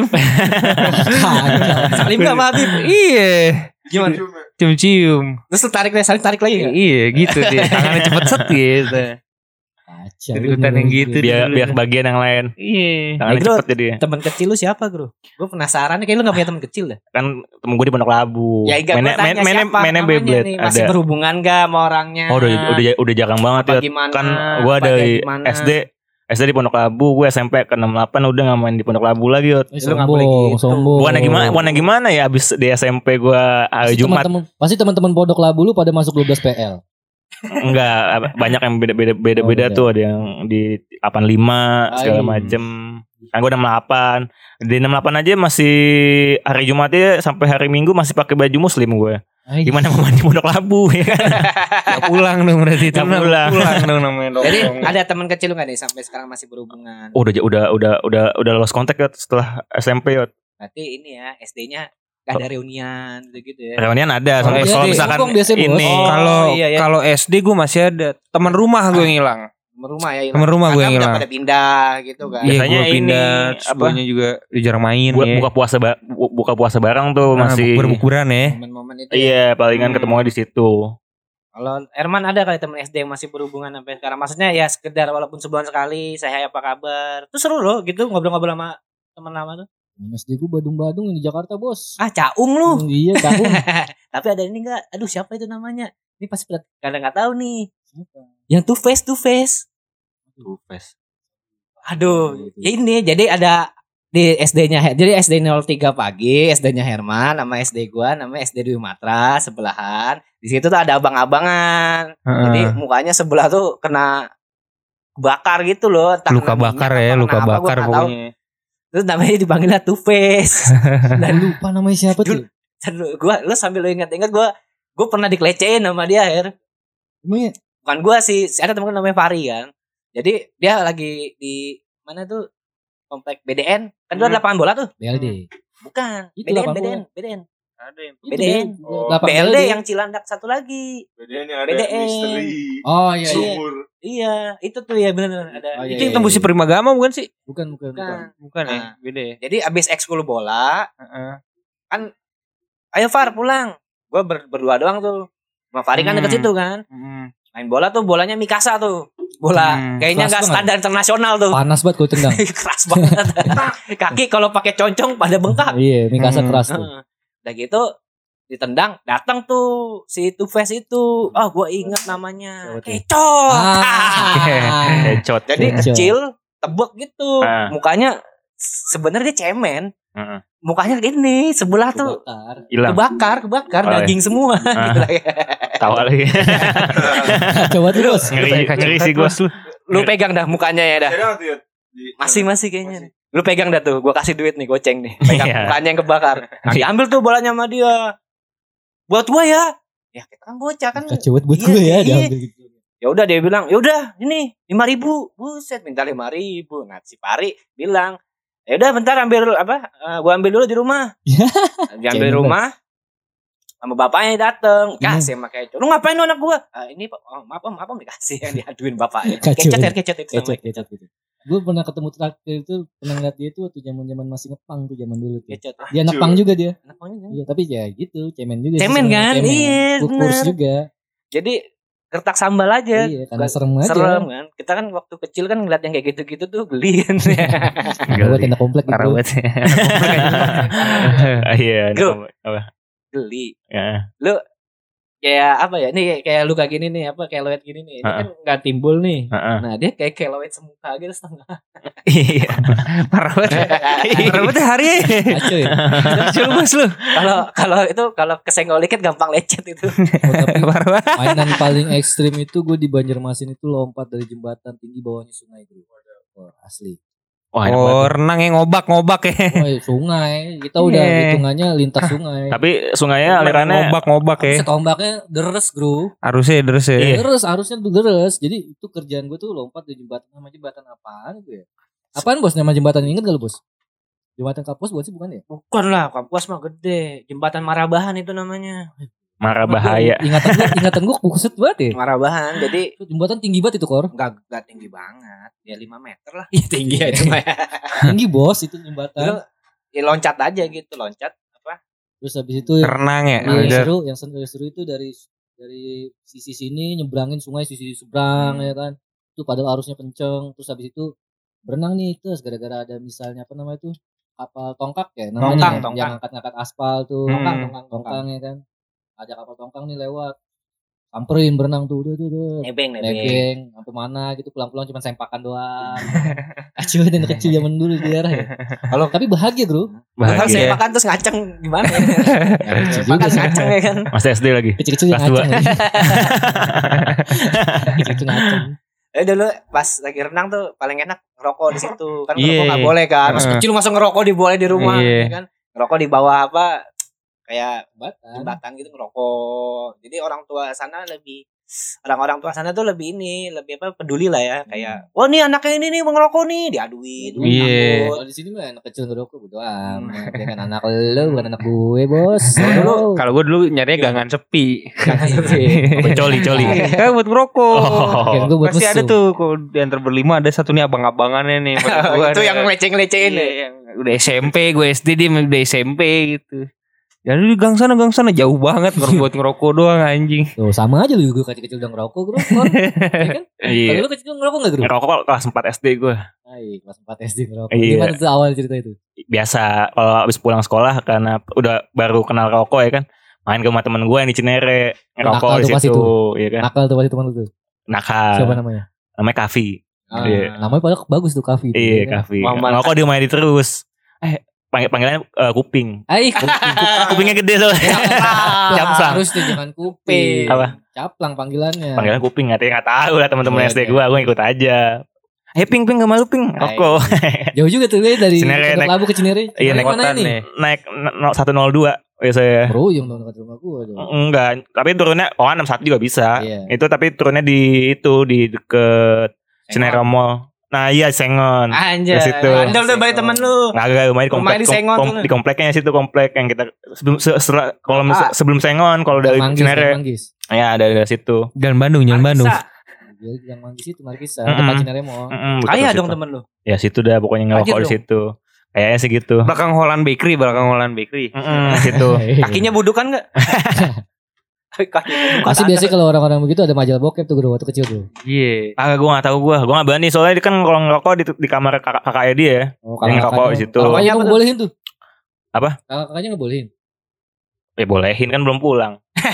Salim gak sama Habib? Iya. Gimana? Cium-cium. Terus lu tarik saling tarik lagi gak? Iya gitu dia. Tangannya cepet set gitu. Kacau. Ikutan yang gitu. Biar dulu. biar bagian yang lain. Iya. Tangannya Eh, Bro. cepet jadi. Temen kecil lu siapa bro? Gue penasaran kayak lu gak punya temen kecil dah. Kan temen gue di Pondok Labu. Ya enggak gue Mainnya- tanya main- siapa mainnya namanya Beyblade nih. Masih ada. berhubungan gak sama orangnya? Oh udah udah udah jarang banget Apa ya. gimana? Kan gue Apa dari dia gimana? S D S D di Pondok Labu, gue S M P ke enam puluh delapan udah gak main di Pondok Labu lagi. Yot. Eh, Lu nggak boleh sombong, gitu. sombong. Bukannya gimana, bukannya gimana ya abis di S M P gue hari Pasti Jumat. teman-teman- Pasti teman-teman Pondok Labu lu pada masuk dua belas P L. Enggak, banyak yang beda-beda beda-beda Oh, beda. tuh, ada yang di delapan puluh lima segala Ay. macem. Kan gue enam puluh delapan. Di enam puluh delapan aja masih hari Jumatnya sampai hari Minggu masih pakai baju muslim gue. Ay. Gimana mau mandi Pondok Labu ya kan? Gak pulang dong berarti. Gak Temen pulang. Pulang dong namanya dong. Jadi ada temen kecil lu gak nih sampai sekarang masih berhubungan? Oh, udah udah udah udah udah lost contact ya setelah S M P ya. Berarti ini ya S D-nya gak ada reunian gitu ya. Reunian ada. Kalau Kalau S D, misalkan Bokong biasanya, Bos. ini Oh, Kalau iya, iya. kalau S D gue masih ada. Teman rumah gue yang hilang. Temen rumah ya. Temen rumah gue yang Karena udah hilang. pada pindah gitu kan. Iya Biasanya gue ini, pindah. Terus apa? guanya juga jarang main buat ya. buka puasa ba- bu- buka puasa bareng tuh Nah, masih bukber-bukberan ya. Momen-momen itu. ya. iya palingan Hmm. ketemunya di situ. Kalau Herman ada kali temen S D yang masih berhubungan sampai sekarang. Maksudnya ya sekedar walaupun sebulan sekali, saya apa kabar. Itu seru loh gitu ngobrol-ngobrol sama temen lama tuh. S D gue Badung-Badung yang di Jakarta, Bos. Ah, caung lu. Hmm, iya, tahu. Tapi ada ini enggak? Aduh, siapa itu namanya? Ini pasti pada kadang enggak tahu nih. Yang two face two face. Two face. Aduh, ya ini jadi ada di S D-nya Her- jadi S D nol tiga pagi, S D-nya Herman nama S D gua namanya S D Dwi Matra sebelahan. Di situ tuh ada abang-abangan. Jadi mukanya sebelah tuh kena bakar gitu loh, entah Luka kena bakar minyak ya, apa luka kena apa, gua bakar nggak tahu. pokoknya. Terus namanya dipanggilnya Two Face. Dan lupa namanya siapa tuh? Aduh, gua lu sambil lu ingat-ingat gua gua pernah dikelecehin sama dia, Her. Emangnya Bukan gua sih, ada temen namanya Fari kan. Jadi dia lagi di mana tuh komplek B D N. Kan itu ada lapangan bola tuh. B L D. Bukan, Itu B D N, lapangan B D N, bola. B D N. Ada yang B D N. Oh, Lapangan B L D B L D. yang Cilandak satu lagi. Bedanya yang ada B D N. misteri. Oh iya, iya. Sumur. Iya, itu tuh ya benar ada. Oh, iya, itu yang iya, tembus si iya. Primagama bukan sih? Bukan, bukan, bukan. Bukan. Bukan ya, Nah. beda ya. Jadi abis ekskul bola, Heeh. ayo Far pulang. Gue ber- berdua doang tuh. Sama Fari kan deket Hmm. situ kan. Heeh. Main bola tuh bolanya Mikasa tuh. Bola Hmm, kayaknya keras nggak banget. standar internasional tuh. Panas banget gue tendang. Keras banget. Kaki kalau pakai concong pada bengkak. Iya, Mikasa Hmm. keras tuh. Heeh. Udah gitu ditendang, datang tuh si Two Face itu. Ah, gua inget namanya. Siapa tuh? Kecot. Ah. Headshot. Jadi Kecot. kecil, tebek gitu. Ah. Mukanya sebenarnya dia cemen. Heeh. Mukanya gini, sebelah tuh Kebakar. Hilang. kebakar, kebakar Oh, iya. daging semua. Ah. Gitu lah ya. Tawa lagi. Coba tuh, Bos. Ngeri ngeri sih gue. Lu pegang dah mukanya ya dah. Ada nggak tuh ya? Di- Masih masih kayaknya. Masih. Lu pegang dah tuh, gua kasih duit nih, goceng nih. Pegang Iya. mukanya yang kebakar. Nah, diambil tuh bolanya sama dia. Buat gua ya. Ya kita kan bocah kan. Kacau banget buat Iya, gue ya, iya. diambil gitu. Ya udah dia bilang, "Ya udah, ini lima ribu." Buset, minta lima ribu. Nah, si Pari bilang, "Ya udah bentar ambil apa? Eh, gua ambil dulu di rumah." Diambil di Cewek rumah. Sama bapaknya dateng, Hmm. kasih sama kecot. Lu ngapain lu anak gua? "Ah, ini Pak, oh, maaf om, maaf om dikasih yang diaduin bapaknya. Kacau. Kecot ya, kecot itu Kecot, namanya. kecot gitu. Gue pernah ketemu terakhir itu, pernah ngeliat dia tuh waktu zaman-zaman masih ngepang tuh zaman dulu tuh. Kecot. Dia nepang juga dia. Anak pangnya kan? Iya, tapi ya gitu, cemen juga. sih Cemen sebenarnya, kan? cemen. Iya, Kurs bener. juga. Jadi gertak sambal aja. Iya, karena Gak- serem aja. Serem kan. Kita kan waktu kecil kan ngeliat yang kayak gitu-gitu tuh geli kan. Gue tenda komplek gitu. Parah banget sih. Ah, iya. Bro. Apa? Geli. Ya. Kayak apa ya? Nih kayak lu kayak gini nih, apa keloid gini nih. Ini Ha-ha. kan nggak timbul nih. Heeh. Nah, dia kayak keloid semuka gitu setengah. Iya. Parah banget. Parah banget hari ya. Kacau ya. Coba bos lu. Kalau kalau itu kalau kesenggol dikit gampang lecet itu. Oh, tapi Parah banget. mainan paling ekstrim itu gue di Banjarmasin itu lompat dari jembatan tinggi bawahnya sungai bro. Oh, asli. Wah, enak Oh, banget. renang yang ngobak-ngobak ya. Oh, iya, sungai. Kita udah Iya. hitungannya lintas sungai. Tapi sungainya alirannya ngobak-ngobak ya. Set ombaknya deres bro. Harusnya terus ya. Iya. Deres, harusnya tuh deres. Jadi itu kerjaan gue tuh lompat dari jembatan. Nama jembatan apaan itu ya? Apaan bos nama jembatan, inget gak lu bos? Jembatan Kapuas bukan sih bukan ya? Bukan lah, Kapuas mah gede. Jembatan Marabahan itu namanya. Marah bahaya. Ingatan gua, ingatan gua kusut banget ya. Marabahan. Jadi Itu jembatan tinggi banget itu Kor. enggak enggak tinggi banget. Ya lima meter lah. Iya tinggi ya itu mah. Tinggi bos itu Terus jembatan. ya loncat aja gitu, loncat apa? Terus habis itu Renang ya. yang Udah. seru, yang seru, seru itu dari dari sisi sini nyebrangin sungai sisi seberang ya kan. Itu padahal arusnya kenceng. Terus habis itu berenang nih terus gara-gara ada misalnya apa namanya itu kapal tongkak ya namanya Tongkang, ya, tongkang. yang angkat-angkat aspal tuh. Hmm. Tongkang, tongkang, Tongkang ya kan. Ada kapal tongkang nih lewat. Samperin berenang tuh udah tuh udah. Nebeng, nebeng. Nebeng sampai mana gitu pulang-pulang cuma sempakan doang. Kecil dan kecil zaman dulu di daerah ya. Kalau Tapi bahagia, Bro. Kalau Bahagia. sepakan terus ngaceng gimana ya? Lucu Sepakan juga sih. ngaceng ya kan. Masih S D lagi. Kecil-kecil yang Kelas dua. ngaceng. Kecil-kecil ngaceng. Eh dulu pas lagi renang tuh paling enak ngerokok di situ. Kan ngerokok Iya. nggak boleh kan. Mas Heeh. kecil masa ngerokok di boleh di rumah Iya. ya kan. Ngerokok di bawah apa kayak Batan. jembatan gitu ngerokok. Jadi orang tua sana lebih orang-orang tua sana tuh lebih ini, lebih apa peduli lah ya. Kayak, wah nih anaknya ini nih mau ngerokok nih, diaduin. Iya. Kalau di sini mah anak kecil ngerokok bodo amat. Dia kan anak lu bukan anak gue, Bos. Dulu- Kalau gue dulu nyarinya gangan sepi. Coli coli. Eh buat ngerokok. Oh. Kan gue buat Pasti ada mesum. tuh kalau di antar berlima ada satu nih abang-abangannya nih. Gua Itu ada- yang leceng-lecehin Iya, ya. yang udah S M P, gue S D dia udah S M P gitu. Ya lu di gang sana gang sana jauh banget buat ngerokok doang anjing. Tuh sama aja lu gue kecil-kecil udah ngerokok, Bro. Kor. Ya kan? Kalau Iya. lu kecil ngerokok enggak, Bro? Ngerokok kelas empat S D gue. Hai, kelas empat S D ngerokok. Iya. Gimana tuh awal cerita itu? Biasa kalau habis pulang sekolah karena udah baru kenal rokok ya kan. Main ke rumah temen gue yang di Cinere. Ngerokok Nakal di tuh pasti situ. tuh. Iya kan. Nakal tuh pasti teman lu tuh. Nakal. Siapa namanya? Namanya Kavi. Ah, Iya. namanya padahal bagus tuh Kavi. Iya Kavi. Muhammad. Ngerokok dia main di terus. Eh panggil panggilannya eh, kuping. Hai, Kupingnya gede soalnya. Caplang. Harus tuh jangan kuping. Apa? Caplang panggilannya. Panggilan kuping nggak nggak tahu lah teman-teman Iya, S D iya. gue. Gue ikut aja. Eh ping ping gak malu ping. Rokok. Jauh juga tuh ya dari Cinere, Pondok naik- Labu ke Cinere. Iya, Dari naik mana Kotan ini? nih. Naik satu nol dua biasanya. Bro, yang dekat rumah gua tuh. Enggak, tapi turunnya oh enam satu juga bisa. Iya. Itu tapi turunnya di itu di deket Cinere Mall. Nah, iya Sengon. Anjay. Ke situ. Andal tuh bayi temen lu. Agak lumayan di komplek, Rumahnya di kom- Sengon kom- tuh. di kompleknya situ komplek yang kita sebelum se- se- kalau mis- Ah. sebelum Sengon kalau dari Yang Manggis, yang Cinere Manggis. ya ada dari situ. Jalan Bandung, Jalan Bandung. Bisa. Dia yang Manggis itu Markisa, Mm-mm. tempat Cinere Mall. Mm-mm, betul Kaya situ. dong temen lu. Ya situ dah pokoknya ngerokok Tajir di dong. situ. Kayaknya sih gitu. Belakang Holland Bakery, belakang Holland Bakery. Mm-mm, situ. Kakinya budukan enggak? Kaki budukan. Pasti biasanya kalau orang-orang begitu ada majalah bokep tuh bro waktu kecil bro. Iya. Ah, gue gak tahu gue, gue gak berani soalnya dia kan kalau ngerokok di, di kamar kakak kakaknya dia ya. Oh, Yang ngerokok di situ. Kakaknya Apa nggak tuh? bolehin tuh. Apa? Kakaknya nggak bolehin. Eh bolehin kan belum pulang.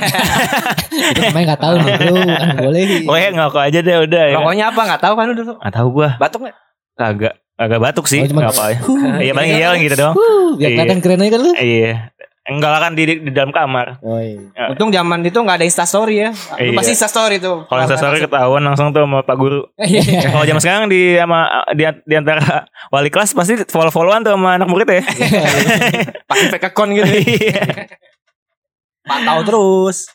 Itu namanya nggak tahu nih bro, kan nggak bolehin. Pokoknya ngerokok aja deh udah ya. Rokoknya apa enggak tahu kan udah tuh. Gak tahu gue, Batuk enggak? kagak kagak batuk sih. Oh, cuman- Gak apa-apa. Huh, Iya paling iya gitu doang. huh, biar Iya. kelihatan keren aja kan lu. Iya. Enggak lah kan di, di dalam kamar. Oh iya. Untung zaman itu enggak ada Instastory ya. Lu Iya. pasti Instastory tuh. Kalau instastory ketahuan langsung tuh sama Pak Guru. Iya. Kalau zaman sekarang di sama di, di antara wali kelas pasti follow-followan tuh sama anak murid ya. Pakai fake account gitu. Iya. Pantau terus.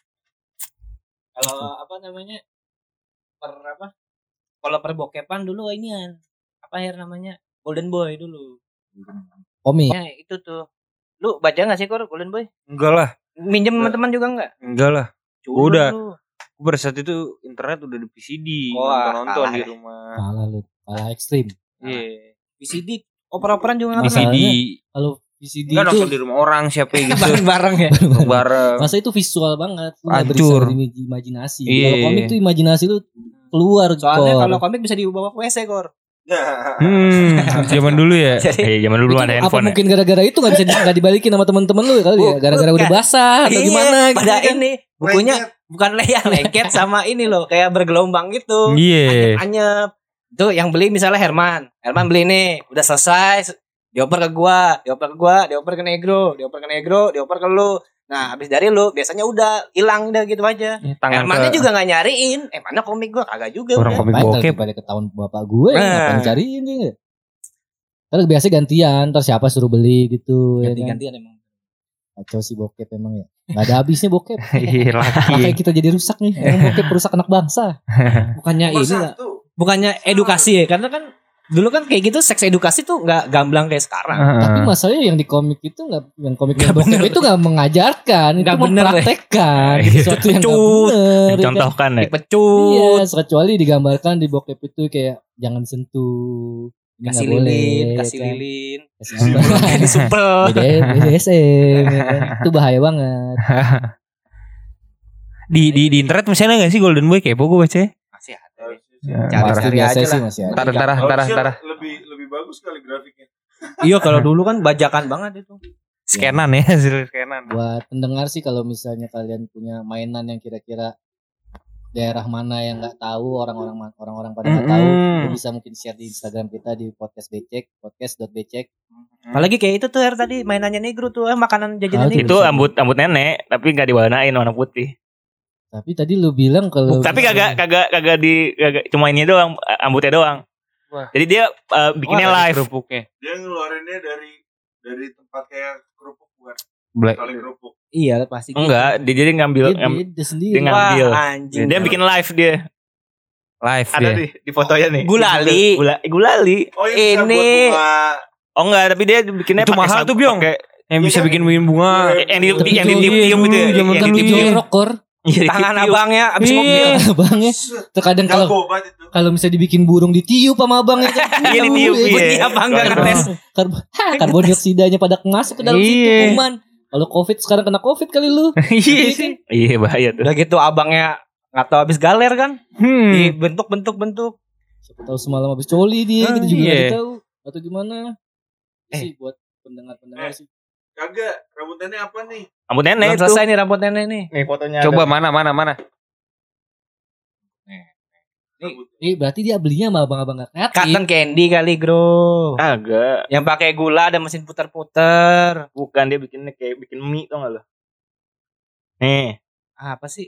Kalau apa namanya? Per apa? Kalau per bokepan dulu inian. Apa ya namanya? Golden Boy dulu. Komik. Ya itu tuh. Lu baca enggak sih Kor Golden Boy? Enggak lah, Minjem sama teman juga enggak? enggak lah. Culun Udah. lu. Gue pada saat itu internet udah di P C D, Wah, nonton-nonton kalah di ya. rumah. Kalah lu, kalah ekstrim. Iya. V C D oper-operan juga P enggak C D. Masalahnya, Kalau V C D Enggak itu nonton di rumah orang siapa gitu. bareng-bareng ya. Bareng. masa itu visual banget, lu nggak Hancur. bisa berimajinasi. Iya. Kalau komik tuh imajinasi lu keluar. Soalnya Kor. kalau komik bisa dibawa ke W C Kor. Hmm, zaman dulu ya. Jadi Iya, zaman dulu Itu ada apa handphone. Ya. mungkin gara-gara itu nggak bisa di- nggak dibalikin sama teman-teman lu ya kali ya? Gara-gara udah basah atau Iya, gimana gitu pada kan? ini bukunya bukan leyak lengket sama ini loh kayak bergelombang gitu. Iya. Anyep. Tuh yang beli misalnya Herman. Herman beli nih, udah selesai, dioper ke gua, dioper ke gua, dioper ke Negro, dioper ke Negro, dioper ke lu. Nah, habis dari lu biasanya udah hilang udah gitu aja. Tangan Hermannya ke juga nggak nyariin. Eh, mana komik gua kagak juga orang udah. komik Baik, bokep. daripada ketahuan bapak gue, Nah. ngapain cariin dia? Kan biasa gantian, terus siapa suruh beli gitu ya kan? Ganti-gantian emang. Kacau sih bokep emang ya. Gak ada habisnya bokep. Iya laki. Makanya kita jadi rusak nih. Emang bokep rusak anak bangsa. Bukannya ini lah. Bukannya edukasi ya, karena kan Dulu kan kayak gitu seks edukasi tuh nggak gamblang kayak sekarang. Tapi masalahnya yang di komik itu nggak, yang komik yang bokep itu nggak mengajarkan, Nggak itu bener, mempraktekkan Iya. sesuatu yang nggak Dipecut, bener. Dicontohkan ya. Dipecut, Iya, kecuali digambarkan di bokep itu kayak jangan sentuh, ini kasih nggak boleh, lilin, ya kasih kan? lilin, Kasih apa? disupel. B D S M, ya kan? Itu bahaya banget. Di di di internet masih ada nggak sih Golden Boy kepo gue baca. Masih ada. Ya, Cari Tapi cari biasa aja sih lah. masih ada. Ntar ntar Kalau ntar bisa ntar lebih lebih bagus kali grafiknya. Iya kalau dulu kan bajakan banget itu. scanan ya hasil scanan. Buat pendengar sih kalau misalnya kalian punya mainan yang kira-kira daerah mana yang nggak tahu, orang-orang orang-orang pada nggak tahu, Mm-mm. itu bisa mungkin share di Instagram kita di podcast becek, podcast dot becek. Apalagi kayak itu tuh Her, tadi mainannya negro tuh, eh, makanan jajanan Ah, negro. Itu rambut rambut nenek tapi nggak diwarnain warna putih. Tapi tadi lu bilang kalau Tapi kagak kagak kagak di kagak cuma ini doang, rambutnya doang. Wah. Jadi dia uh, bikinnya Wah, ada live. kerupuknya. Dia ngeluarinnya dari dari tempat kayak kerupuk bukan Black. kali kerupuk. Iya pasti. gitu. Enggak, dia jadi ngambil dia ngam- beda sendiri. dia ngambil. Wah anjing. dia bikin live dia. Live Ada dia. di di fotonya nih. Gulali. Gula, gulali. Oh ini, bisa Ini- buat bunga. Oh enggak, tapi dia bikinnya Itu pakai mahal sabu- tuh, Byong. pakai- Yang bisa Iya kan? bikin bikin bunga. yang di Tapi yang dulu, ditiup-tiup gitu ya. dulu, zaman Yang dulu ditiup-tiup. Jual rokor. Iya, Tangan ditiup-tiup. abangnya abis Iya. mobil. Abangnya terkadang kalau Jago banget itu. kalau misalnya dibikin burung ditiup sama abangnya kan. Iya, ditiup, iya. Bunyi abang nggak ngetes. Kar- karbon dioksidanya pada masuk ke dalam situ Iya. kuman. Kalau covid sekarang kena covid kali lu. Iya sih. Iya, bahaya tuh. Udah gitu abangnya nggak tahu abis galer kan. Hmm. Dibentuk-bentuk-bentuk. Siapa tahu semalam habis coli dia, Ah, kita juga iya. nggak tahu atau gimana. Eh. Sih buat pendengar-pendengar Eh. sih. Kagak, rambutnya apa nih? Rambut nenek Belum itu. selesai nih rambut nenek nih. Nih fotonya. Coba ada. mana mana mana. Eh berarti dia belinya sama abang-abang gak kreatif. Cotton candy kali bro. Agak. Yang pakai gula ada mesin puter-puter. Bukan, dia bikinnya kayak bikin mie tau gak lo? Nih. Apa sih?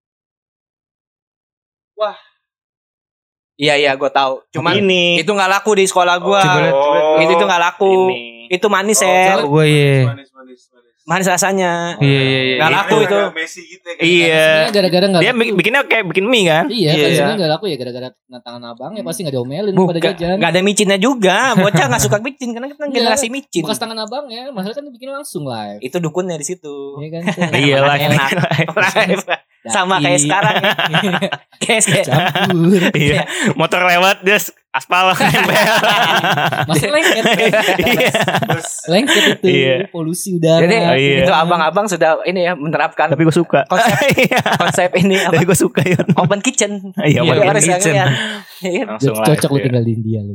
Wah. Iya iya gue tahu. Cuman ini. itu nggak laku di sekolah gue. Coba lihat, coba lihat. Itu tuh nggak laku. Ini. Itu manis Oh, ya. coba. Gue iya. Manis, manis, manis. Manis rasanya. Iya iya iya. Nggak Ini laku itu. kayak Messi gitu ya. kayak Iya. Sebenarnya gara-gara gak Dia laku. bik- bikinnya kayak bikin mie kan? Iya, Iya. kan sebenarnya gak laku ya gara-gara kena tangan abangnya pasti gak diomelin pada Bukan, jajan. nggak ada micinnya juga. Bocah nggak suka micin karena kita Iya. generasi micin. Bekas tangan abangnya, masalah kan dibikin langsung live. Itu dukunnya di situ. Iya kan? Iya lah. Enak. Live. Sama kayak sekarang ya. Kayak kayak- Campur. Iya. Motor lewat dia aspal nempel. Masih lengket. Iya. Bus. Lengket itu Iya. polusi udara. Jadi Oh, iya. itu abang-abang sudah ini ya menerapkan Tapi gue suka. konsep Iya. konsep ini apa? Tapi gue suka ya. Open kitchen. Iya, open harus kitchen. ngeliat. Iya. Langsung live, Cocok lu ya. tinggal di India lu.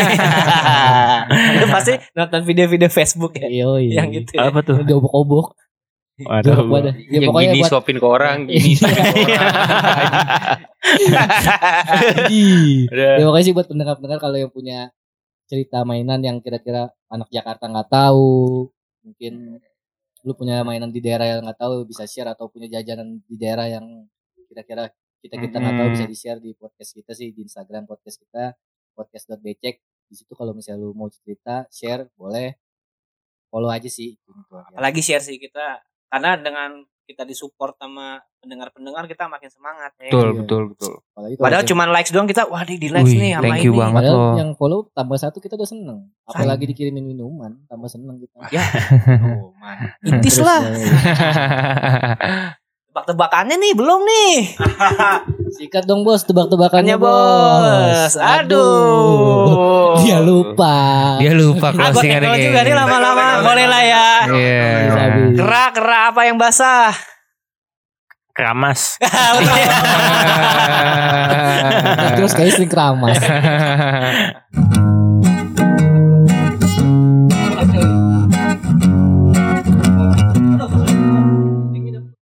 Itu pasti nonton video-video Facebook ya. Iya, iya. Yang gitu. ya. Apa tuh? Udah obok-obok. Waduh. Jorok banget. Ya, Yang pokoknya gini buat suapin ke orang, gini suapin ke orang. Ih. Udah. Ya pokoknya sih buat pendengar-pendengar kalau yang punya cerita mainan yang kira-kira anak Jakarta nggak tahu, mungkin lu punya mainan di daerah yang nggak tahu bisa share, atau punya jajanan di daerah yang kira-kira kita kita nggak tahu Hmm. bisa di share di podcast kita sih, di Instagram podcast kita podcast dot becek. Di situ kalau misalnya lu mau cerita share boleh, follow aja sih. Apalagi share sih kita karena dengan kita disupport sama pendengar-pendengar kita makin semangat ya. Betul Iya. betul betul. Apalagi kalau Padahal misalnya- cuma likes doang kita wah di, di likes Wih, nih sama thank you ini. banget. Padahal loh. yang follow tambah satu kita udah seneng. Apalagi dikirimin minuman tambah seneng kita. Ya. Aduh, man. Itis Terus, lah. ya, Tebak-tebakannya nih belum nih. sikat dong bos, tebak-tebakannya Makanya bos. Aduh. Dia lupa. Dia lupa Aku closingannya tekno kayak juga nih gini. lama-lama. Boleh lah ya. Iya. Habis. Kerak-kerak apa yang basah? Keramas. Terus kayak sering keramas.